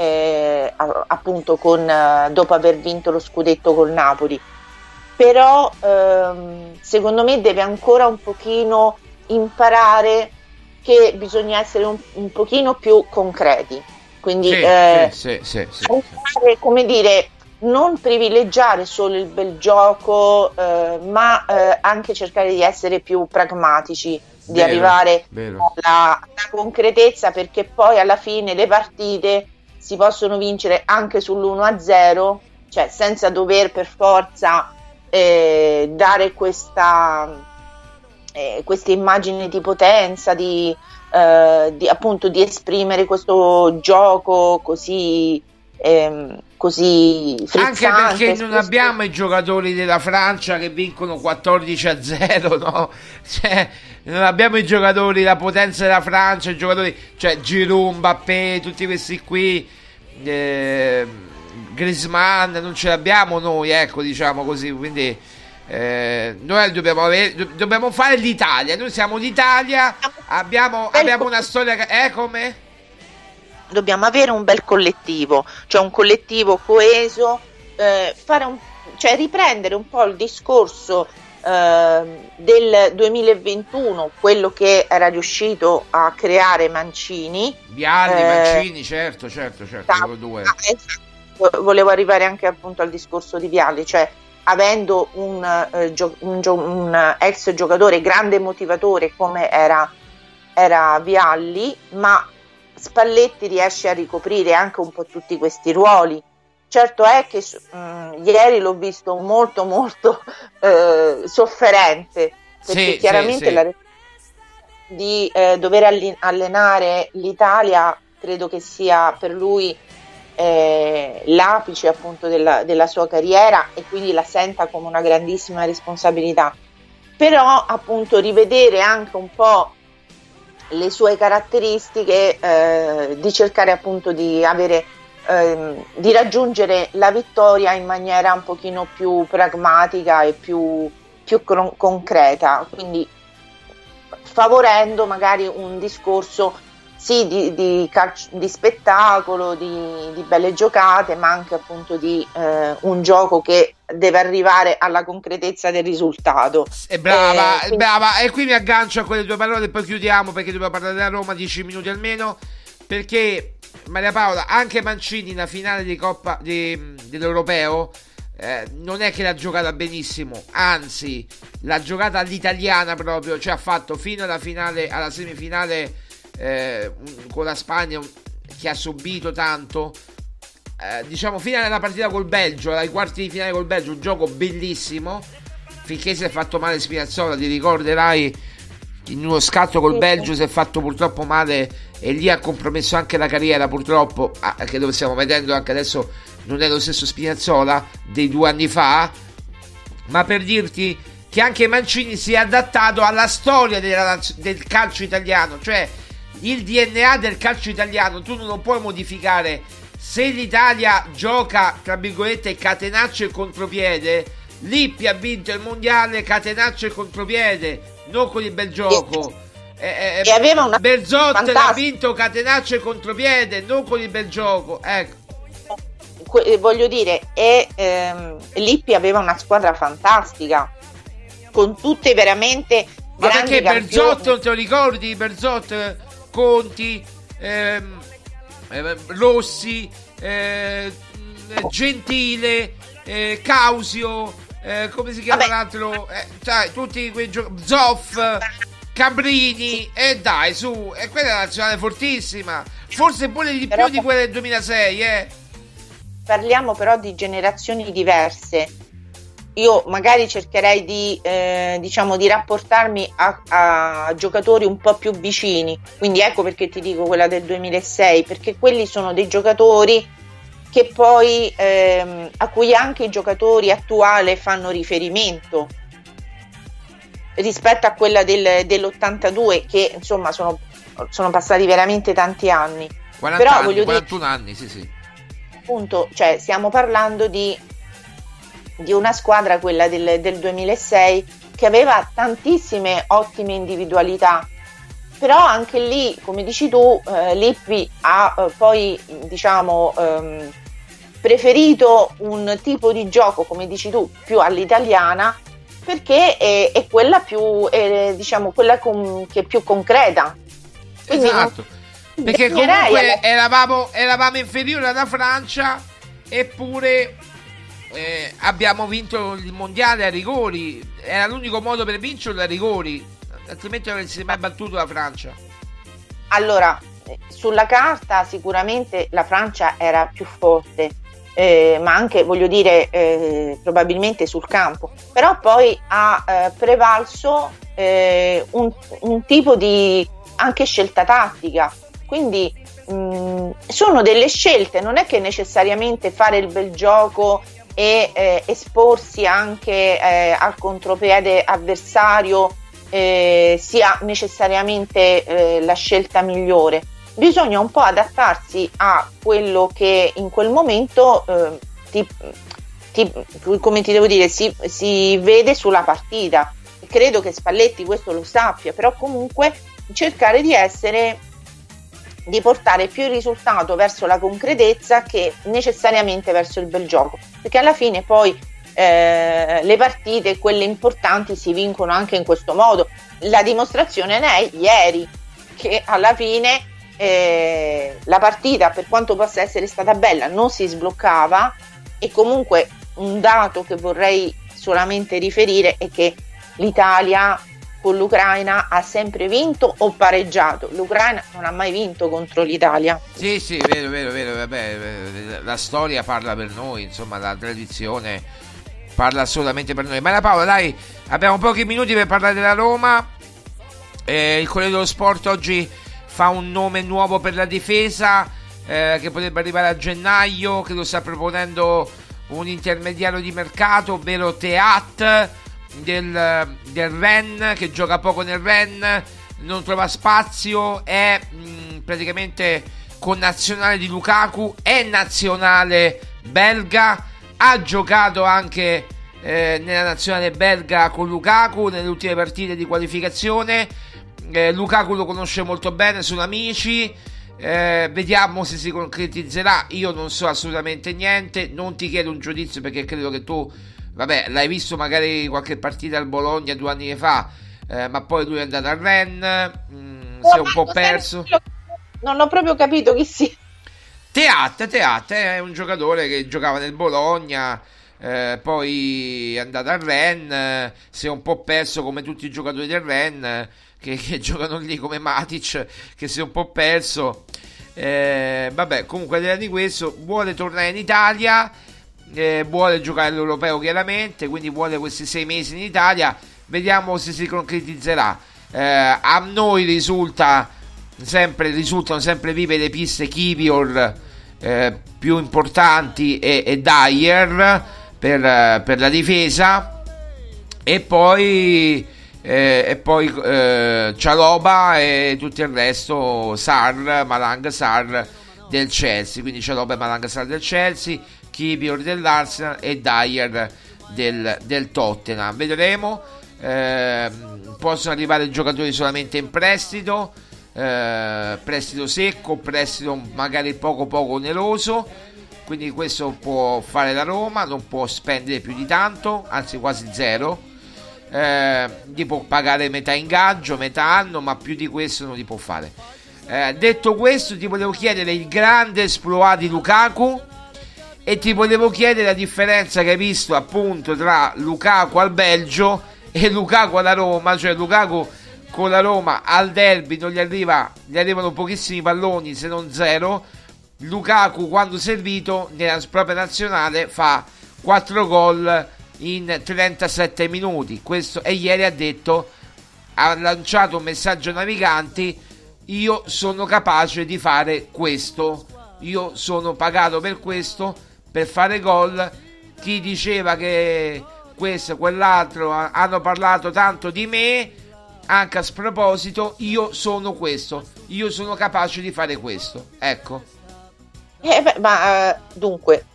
appunto dopo aver vinto lo scudetto col Napoli. Però secondo me deve ancora un pochino imparare che bisogna essere un pochino più concreti, quindi come dire, non privilegiare solo il bel gioco, ma anche cercare di essere più pragmatici, di arrivare alla concretezza, perché poi alla fine le partite si possono vincere anche sull'1-0, cioè senza dover per forza dare questa immagine di potenza, di appunto di esprimere questo gioco così frizzante. Anche perché non abbiamo i giocatori della Francia che vincono 14-0, no? Cioè, non abbiamo i giocatori, la potenza della Francia, i giocatori, cioè Giroud, Mbappé, tutti questi qui, Griezmann, non ce l'abbiamo noi, ecco, diciamo così. Quindi noi dobbiamo fare l'Italia. Noi siamo l'Italia, abbiamo una storia come? Dobbiamo avere un bel collettivo, cioè un collettivo coeso, cioè riprendere un po' il discorso del 2021, quello che era riuscito a creare Mancini. Mancini, certo, due. Volevo arrivare anche appunto al discorso di Vialli, cioè avendo un ex giocatore grande motivatore come era Vialli, ma Spalletti riesce a ricoprire anche un po' tutti questi ruoli. Certo è che ieri l'ho visto molto molto sofferente, perché chiaramente la di dover allenare l'Italia credo che sia per lui l'apice appunto della sua carriera, e quindi la senta come una grandissima responsabilità. Però appunto rivedere anche un po' le sue caratteristiche, di cercare appunto di avere di raggiungere la vittoria in maniera un pochino più pragmatica e più più concreta, quindi favorendo magari un discorso sì di spettacolo, di belle giocate, ma anche appunto di un gioco che deve arrivare alla concretezza del risultato. Brava, e qui mi aggancio a quelle tue parole e poi chiudiamo, perché dobbiamo parlare della Roma 10 minuti almeno, perché Maria Paola, anche Mancini in la finale di Coppa dell'Europeo non è che l'ha giocata benissimo, anzi l'ha giocata all'italiana proprio, cioè ha fatto fino alla finale, alla semifinale con la Spagna, che ha subito tanto, diciamo fino alla partita col Belgio, ai quarti di finale col Belgio, un gioco bellissimo, finché si è fatto male Spinazzola, ti ricorderai, in uno scatto col Belgio si è fatto purtroppo male e lì ha compromesso anche la carriera, purtroppo, che lo stiamo vedendo anche adesso, non è lo stesso Spinazzola dei 2 anni fa, ma per dirti che anche Mancini si è adattato alla storia del calcio italiano, cioè il DNA del calcio italiano tu non lo puoi modificare. Se l'Italia gioca tra virgolette catenaccio e contropiede, Lippi ha vinto il mondiale catenaccio e contropiede, non con il bel gioco. E aveva una Berzotti l'ha vinto catenaccio e contropiede, non con il bel gioco, ecco. Voglio dire, Lippi aveva una squadra fantastica, con tutte veramente ma grandi perché campioni. Berzotti non te lo ricordi? Berzotti, Conti, Rossi, Gentile, Causio, come si chiama l'altro? Tutti quei Zoff, Cabrini, e dai su, e quella è una nazionale fortissima, forse pure di più di quella del 2006, Parliamo però di generazioni diverse. Io magari cercherei di rapportarmi a giocatori un po' più vicini, quindi ecco perché ti dico quella del 2006, perché quelli sono dei giocatori che poi a cui anche i giocatori attuali fanno riferimento rispetto a quella dell'82, che insomma sono passati veramente tanti anni. 40 però anni, voglio 41 dire, anni, sì. appunto, cioè stiamo parlando di una squadra, quella del 2006, che aveva tantissime ottime individualità, però anche lì, come dici tu, Lippi ha poi preferito un tipo di gioco, come dici tu, più all'italiana, perché è quella più quella che è più concreta. Quindi esatto, perché comunque eravamo inferiori alla Francia, eppure abbiamo vinto il mondiale a rigori. Era l'unico modo per vincerlo a rigori, altrimenti non avresti mai battuto la Francia. Allora, sulla carta sicuramente la Francia era più forte, ma anche, voglio dire, probabilmente sul campo, però poi ha prevalso un tipo di anche scelta tattica, quindi sono delle scelte, non è che necessariamente fare il bel gioco e esporsi anche al contropiede avversario sia necessariamente la scelta migliore. Bisogna un po' adattarsi a quello che in quel momento come ti devo dire, si vede sulla partita. Credo che Spalletti questo lo sappia, però comunque cercare di portare più il risultato verso la concretezza che necessariamente verso il bel gioco, perché alla fine poi le partite, quelle importanti, si vincono anche in questo modo. La dimostrazione ne è ieri, che alla fine la partita, per quanto possa essere stata bella, non si sbloccava. E comunque un dato che vorrei solamente riferire è che l'Italia con l'Ucraina ha sempre vinto o pareggiato. L'Ucraina non ha mai vinto contro l'Italia. Sì, vero, vabbè, la storia parla per noi, insomma, la tradizione parla solamente per noi. Ma Paola, dai, abbiamo pochi minuti per parlare della Roma. Il Corriere dello Sport oggi fa un nome nuovo per la difesa, che potrebbe arrivare a gennaio, che lo sta proponendo un intermediario di mercato, ovvero Teat del Rennes, che gioca poco nel Rennes, non trova spazio, è praticamente connazionale di Lukaku, è nazionale belga, ha giocato anche nella nazionale belga con Lukaku nelle ultime partite di qualificazione. Lukaku lo conosce molto bene, sono amici. Vediamo se si concretizzerà. Io non so assolutamente niente, non ti chiedo un giudizio perché credo che tu, vabbè, l'hai visto magari qualche partita al Bologna 2 anni fa, ma poi lui è andato al Rennes, si è un po' perso. Non ho proprio capito chi sia. Teat è un giocatore che giocava nel Bologna, poi è andato al Rennes, si è un po' perso come tutti i giocatori del Rennes che giocano lì, come Matic, che si è un po' perso. Vabbè, comunque al di là di questo vuole tornare in Italia, vuole giocare all'Europeo chiaramente, quindi vuole questi 6 mesi in Italia. Vediamo se si concretizzerà. A noi risultano sempre vive le piste Kivior più importanti e Dyer per la difesa, e poi Chalobah e tutto il resto, Malang Sarr del Chelsea, quindi Chalobah e Malang Sarr del Chelsea, Kivior dell'Arsenal e Dyer del Tottenham. Vedremo, possono arrivare giocatori solamente in prestito secco, prestito magari poco oneroso, quindi questo può fare la Roma, non può spendere più di tanto, anzi quasi zero, gli può pagare metà ingaggio, metà anno, ma più di questo non li può fare. Detto questo, ti volevo chiedere il grande esploit di Lukaku e ti volevo chiedere la differenza che hai visto appunto tra Lukaku al Belgio e Lukaku alla Roma, cioè Lukaku con la Roma al derby non gli arrivano pochissimi palloni, se non zero. Lukaku quando servito nella propria nazionale fa 4 gol in 37 minuti. Questo, e ieri ha lanciato un messaggio ai naviganti: io sono capace di fare questo, io sono pagato per questo, per fare gol. Chi diceva che questo e quell'altro hanno parlato tanto di me, anche a sproposito, io sono questo, io sono capace di fare questo, ecco. Dunque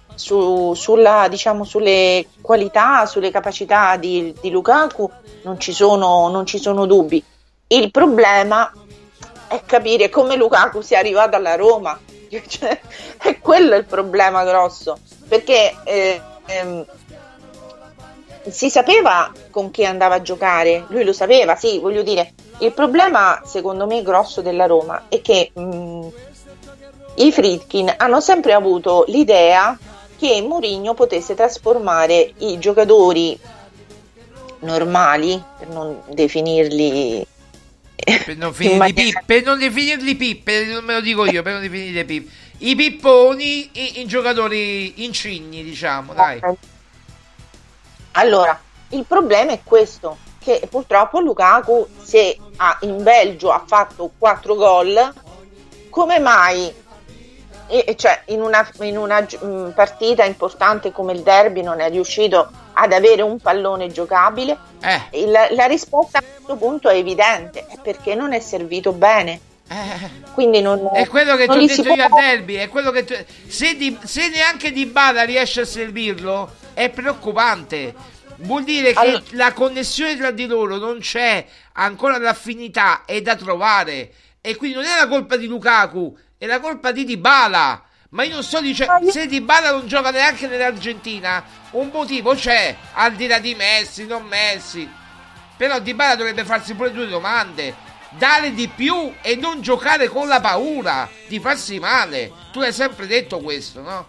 sulle qualità, sulle capacità di Lukaku non ci sono dubbi. Il problema è capire come Lukaku sia arrivato alla Roma, cioè, è quello il problema grosso, perché si sapeva con chi andava a giocare, lui lo sapeva, sì, voglio dire. Il problema secondo me grosso della Roma è che i Friedkin hanno sempre avuto l'idea che Mourinho potesse trasformare i giocatori normali, per non definirli pippe, non me lo dico io, per non definirli pippe, i pipponi in giocatori incigni, diciamo, dai. Allora, il problema è questo, che purtroppo Lukaku, se in Belgio ha fatto 4 gol, come mai cioè in una partita importante come il derby non è riuscito ad avere un pallone giocabile? La risposta a questo punto è evidente, è perché non è servito bene. Quindi è quello che ti ho detto io al derby, è quello che se neanche Dybala riesce a servirlo è preoccupante, vuol dire che la connessione tra di loro non c'è ancora, l'affinità è da trovare, e quindi non è la colpa di Lukaku, è la colpa di Dybala. Ma io non sto dicendo, se Dybala non gioca neanche nell'Argentina, un motivo c'è, al di là di Messi, non Messi, però Dybala dovrebbe farsi pure 2 domande: dare di più e non giocare con la paura di farsi male. Tu hai sempre detto questo, no?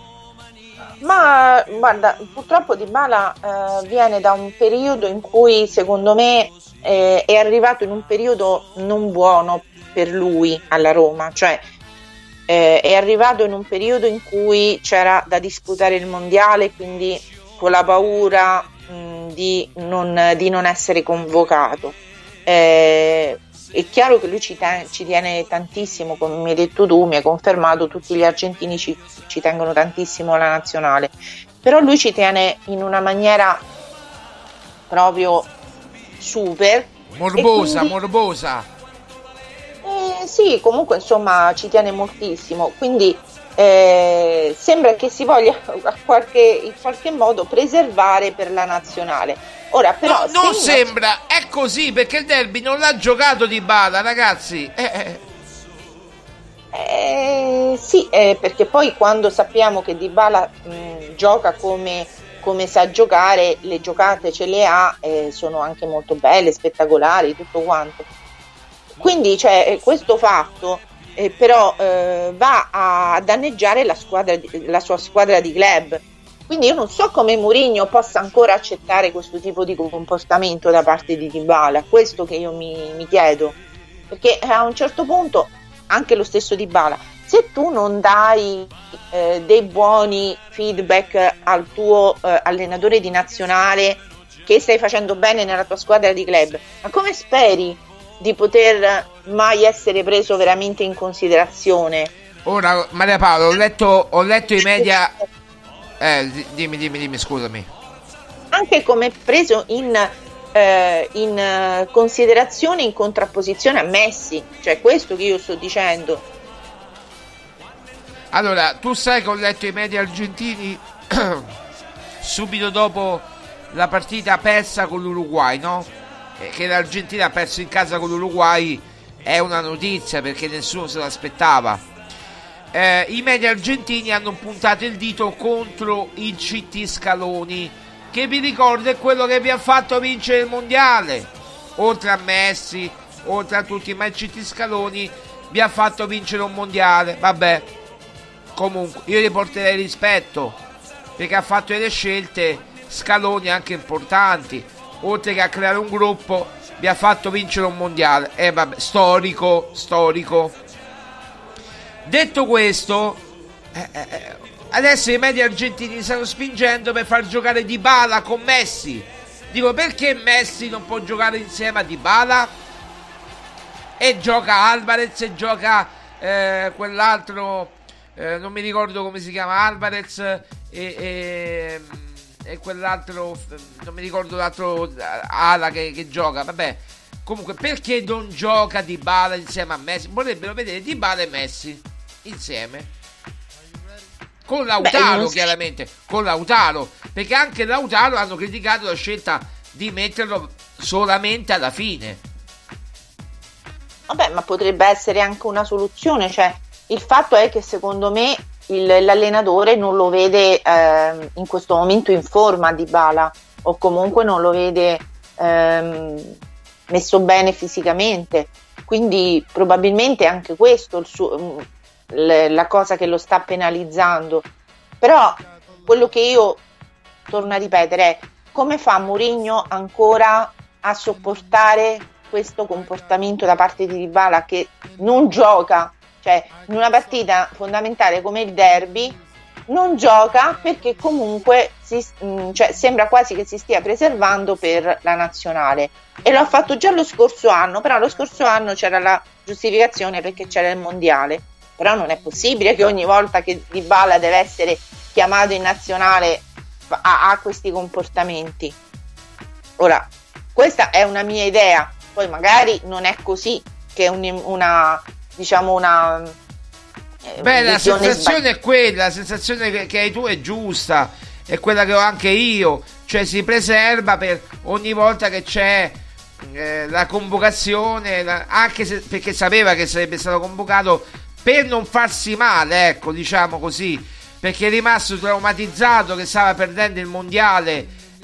Ma guarda, purtroppo Dybala viene da un periodo in cui secondo me è arrivato in un periodo non buono per lui alla Roma, cioè è arrivato in un periodo in cui c'era da disputare il mondiale, quindi con la paura di non essere convocato. È chiaro che lui ci tiene tantissimo, come hai detto tu, mi hai confermato, tutti gli argentini ci tengono tantissimo alla nazionale, però lui ci tiene in una maniera proprio super morbosa. Sì, comunque insomma ci tiene moltissimo, quindi sembra che si voglia in qualche modo preservare per la nazionale. Ora però no, non sembra, è così, perché il derby non l'ha giocato Dybala, ragazzi. Sì, perché poi quando sappiamo che Dybala gioca come sa giocare, le giocate ce le ha, sono anche molto belle, spettacolari, tutto quanto. Quindi questo fatto però va a danneggiare la sua squadra di club. Quindi io non so come Mourinho possa ancora accettare questo tipo di comportamento da parte di Dybala, questo che io mi chiedo, perché a un certo punto anche lo stesso Dybala, se tu non dai dei buoni feedback al tuo allenatore di nazionale che stai facendo bene nella tua squadra di club, ma come speri di poter mai essere preso veramente in considerazione? Ora, Maria Paola, ho letto i media. Dimmi, scusami. Anche come preso in considerazione, in contrapposizione a Messi, cioè questo che io sto dicendo. Allora, tu sai che ho letto i media argentini subito dopo la partita persa con l'Uruguay, no? Che l'Argentina ha perso in casa con l'Uruguay è una notizia, perché nessuno se l'aspettava. I media argentini hanno puntato il dito contro il CT Scaloni, che vi ricordo è quello che vi ha fatto vincere il mondiale, oltre a Messi, oltre a tutti, ma il CT Scaloni vi ha fatto vincere un mondiale. Vabbè, comunque io gli porterei rispetto, perché ha fatto delle scelte Scaloni anche importanti, oltre che a creare un gruppo vi ha fatto vincere un mondiale. Vabbè, storico. Detto questo, adesso i media argentini stanno spingendo per far giocare Dybala con Messi. Dico, perché Messi non può giocare insieme a Dybala? E gioca Alvarez, e gioca quell'altro, non mi ricordo come si chiama, Alvarez e quell'altro, non mi ricordo l'altro ala che gioca. Vabbè, comunque, perché non gioca Dybala insieme a Messi? Vorrebbero vedere Dybala e Messi insieme con Lautaro. Chiaramente con Lautaro, perché anche Lautaro hanno criticato la scelta di metterlo solamente alla fine. Vabbè, ma potrebbe essere anche una soluzione, cioè il fatto è che secondo me l'allenatore non lo vede in questo momento in forma Dybala, o comunque non lo vede messo bene fisicamente, quindi probabilmente anche questo la cosa che lo sta penalizzando. Però quello che io torno a ripetere è: come fa Mourinho ancora a sopportare questo comportamento da parte di Dybala, che non gioca, cioè in una partita fondamentale come il derby non gioca, perché comunque sembra quasi che si stia preservando per la nazionale, e lo ha fatto già lo scorso anno. Però lo scorso anno c'era la giustificazione perché c'era il mondiale, però non è possibile che ogni volta che Dybala deve essere chiamato in nazionale ha questi comportamenti. Ora, questa è una mia idea, poi magari non è così, che è una beh, la sensazione è quella, la sensazione che hai tu è giusta, è quella che ho anche io, cioè si preserva per ogni volta che c'è la convocazione, anche se, perché sapeva che sarebbe stato convocato per non farsi male, ecco, diciamo così, perché è rimasto traumatizzato che stava perdendo il mondiale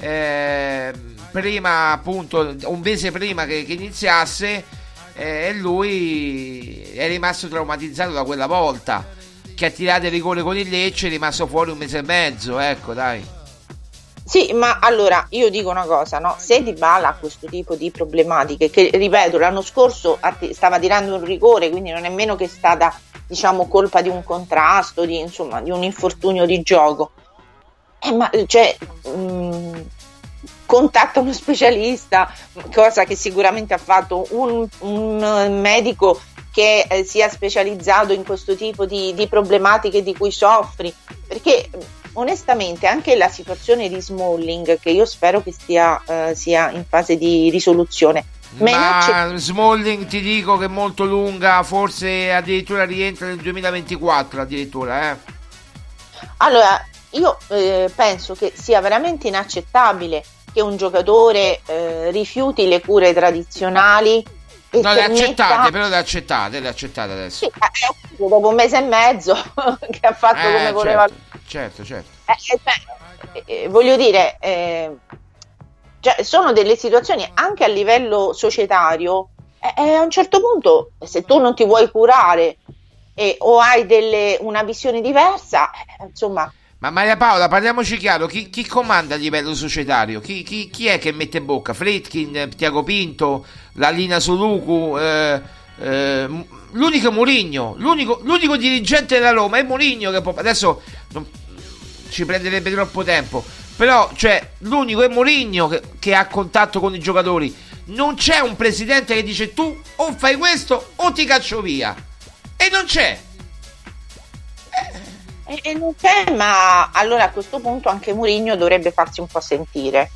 prima, appunto un mese prima che iniziasse, e lui è rimasto traumatizzato da quella volta, che ha tirato il rigore con il Lecce, è rimasto fuori un mese e mezzo, ecco, dai. Sì, ma allora io dico una cosa, no? Se Dybala ha questo tipo di problematiche, che ripeto, l'anno scorso stava tirando un rigore, quindi non è nemmeno che è stata, diciamo, colpa di un contrasto, di un infortunio di gioco, contatta uno specialista, cosa che sicuramente ha fatto un medico che sia specializzato in questo tipo di problematiche di cui soffri, perché onestamente anche la situazione di Smalling, che io spero che sia in fase di risoluzione, Ma Smalling ti dico che è molto lunga, forse addirittura rientra nel 2024 addirittura. Allora, io penso che sia veramente inaccettabile che un giocatore rifiuti le cure tradizionali. No, le accettate, però le accettate adesso. Sì, dopo un mese e mezzo che ha fatto come voleva. Certo. Voglio dire, cioè, sono delle situazioni anche a livello societario. A un certo punto, se tu non ti vuoi curare o hai una visione diversa, insomma. Ma Maria Paola, parliamoci chiaro, chi comanda a livello societario? Chi è che mette bocca? Friedkin, Tiago Pinto, Lalina Soluku, l'unico Mourinho, l'unico dirigente della Roma è Mourinho, che adesso non, ci prenderebbe troppo tempo, però cioè l'unico è Mourinho che ha contatto con i giocatori. Non c'è un presidente che dice tu o fai questo o ti caccio via, e non c'è. E non c'è, ma allora a questo punto anche Mourinho dovrebbe farsi un po' sentire,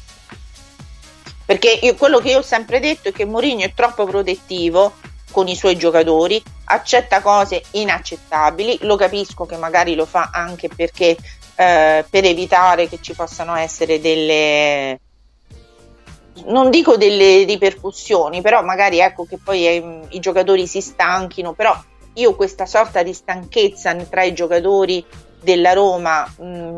perché quello che io ho sempre detto è che Mourinho è troppo protettivo con i suoi giocatori, accetta cose inaccettabili. Lo capisco che magari lo fa anche perché per evitare che ci possano essere delle, non dico delle ripercussioni, però magari ecco che poi i giocatori si stanchino. Però io questa sorta di stanchezza tra i giocatori della Roma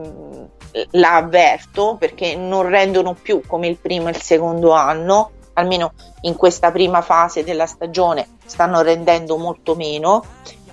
la avverto, perché non rendono più come il primo e il secondo anno, almeno in questa prima fase della stagione stanno rendendo molto meno,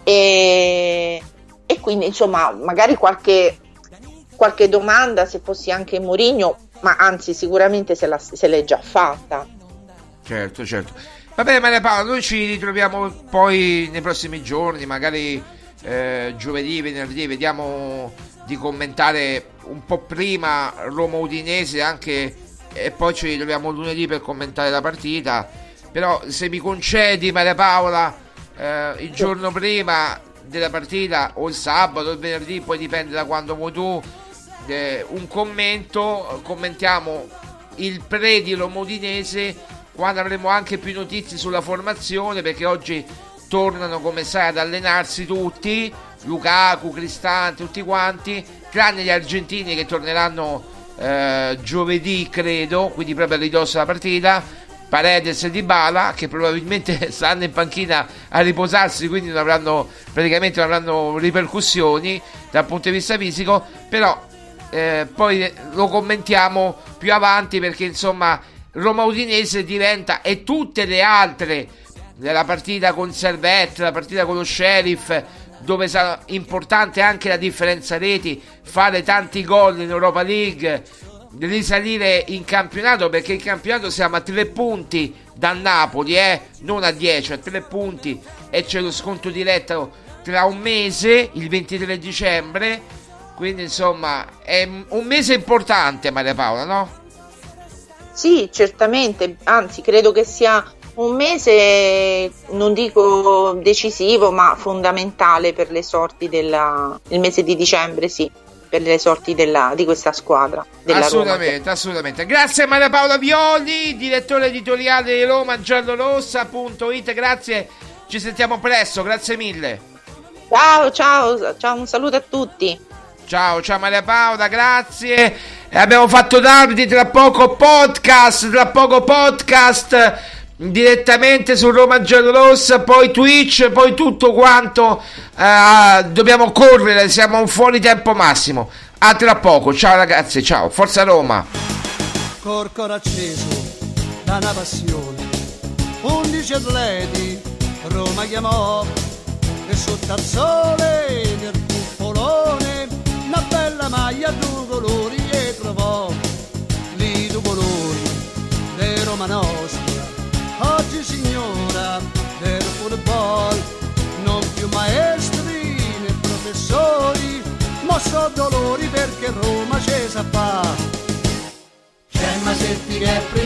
e quindi insomma magari qualche domanda, se fossi anche Mourinho, ma anzi sicuramente se l'è già fatta. Certo. Va bene Maria Paola, noi ci ritroviamo poi nei prossimi giorni, magari giovedì, venerdì, vediamo di commentare un po' prima Roma-Udinese anche, e poi ci ritroviamo lunedì per commentare la partita. Però se mi concedi Maria Paola, il giorno prima della partita o il sabato o il venerdì, poi dipende da quando vuoi tu, un commentiamo il pre di Roma-Udinese, quando avremo anche più notizie sulla formazione, perché oggi tornano, come sai, ad allenarsi tutti, Lukaku, Cristante, tutti quanti, tranne gli argentini che torneranno giovedì credo, quindi proprio a ridosso della partita, Paredes e Dybala, che probabilmente stanno in panchina a riposarsi, quindi non avranno ripercussioni dal punto di vista fisico. Però poi lo commentiamo più avanti, perché insomma Roma-Udinese diventa, e tutte le altre, la partita con Servette, la partita con lo Sheriff, dove sarà importante anche la differenza reti, fare tanti gol in Europa League, risalire in campionato, perché in campionato siamo a 3 punti dal Napoli, non a 10, a 3 punti, e c'è lo sconto diretto tra un mese, il 23 dicembre, quindi insomma è un mese importante, Maria Paola, no? Sì, certamente, anzi credo che sia un mese, non dico decisivo, ma fondamentale per le sorti il mese di dicembre, sì, per le sorti di questa squadra della assolutamente, Roma. Assolutamente. Grazie Maria Paola Violi, direttore editoriale di RomaGiallorossa.it. Grazie, ci sentiamo presto, grazie mille. Ciao, un saluto a tutti. Ciao Maria Paola, grazie. Abbiamo fatto tardi, tra poco podcast direttamente su Roma Giallorossa, poi Twitch, poi tutto quanto. Dobbiamo correre, siamo fuori tempo massimo. A tra poco, ciao ragazzi, ciao, forza Roma. Cor acceso da una passione, 11 atleti Roma chiamò, e sotto al sole nel cupolone una bella maglia a 2 colori e trovò lì 2 colori de Roma nostra. Oggi signora del football, non più maestri né professori, ma so dolori perché Roma c'è sa fa. C'è Masetti che è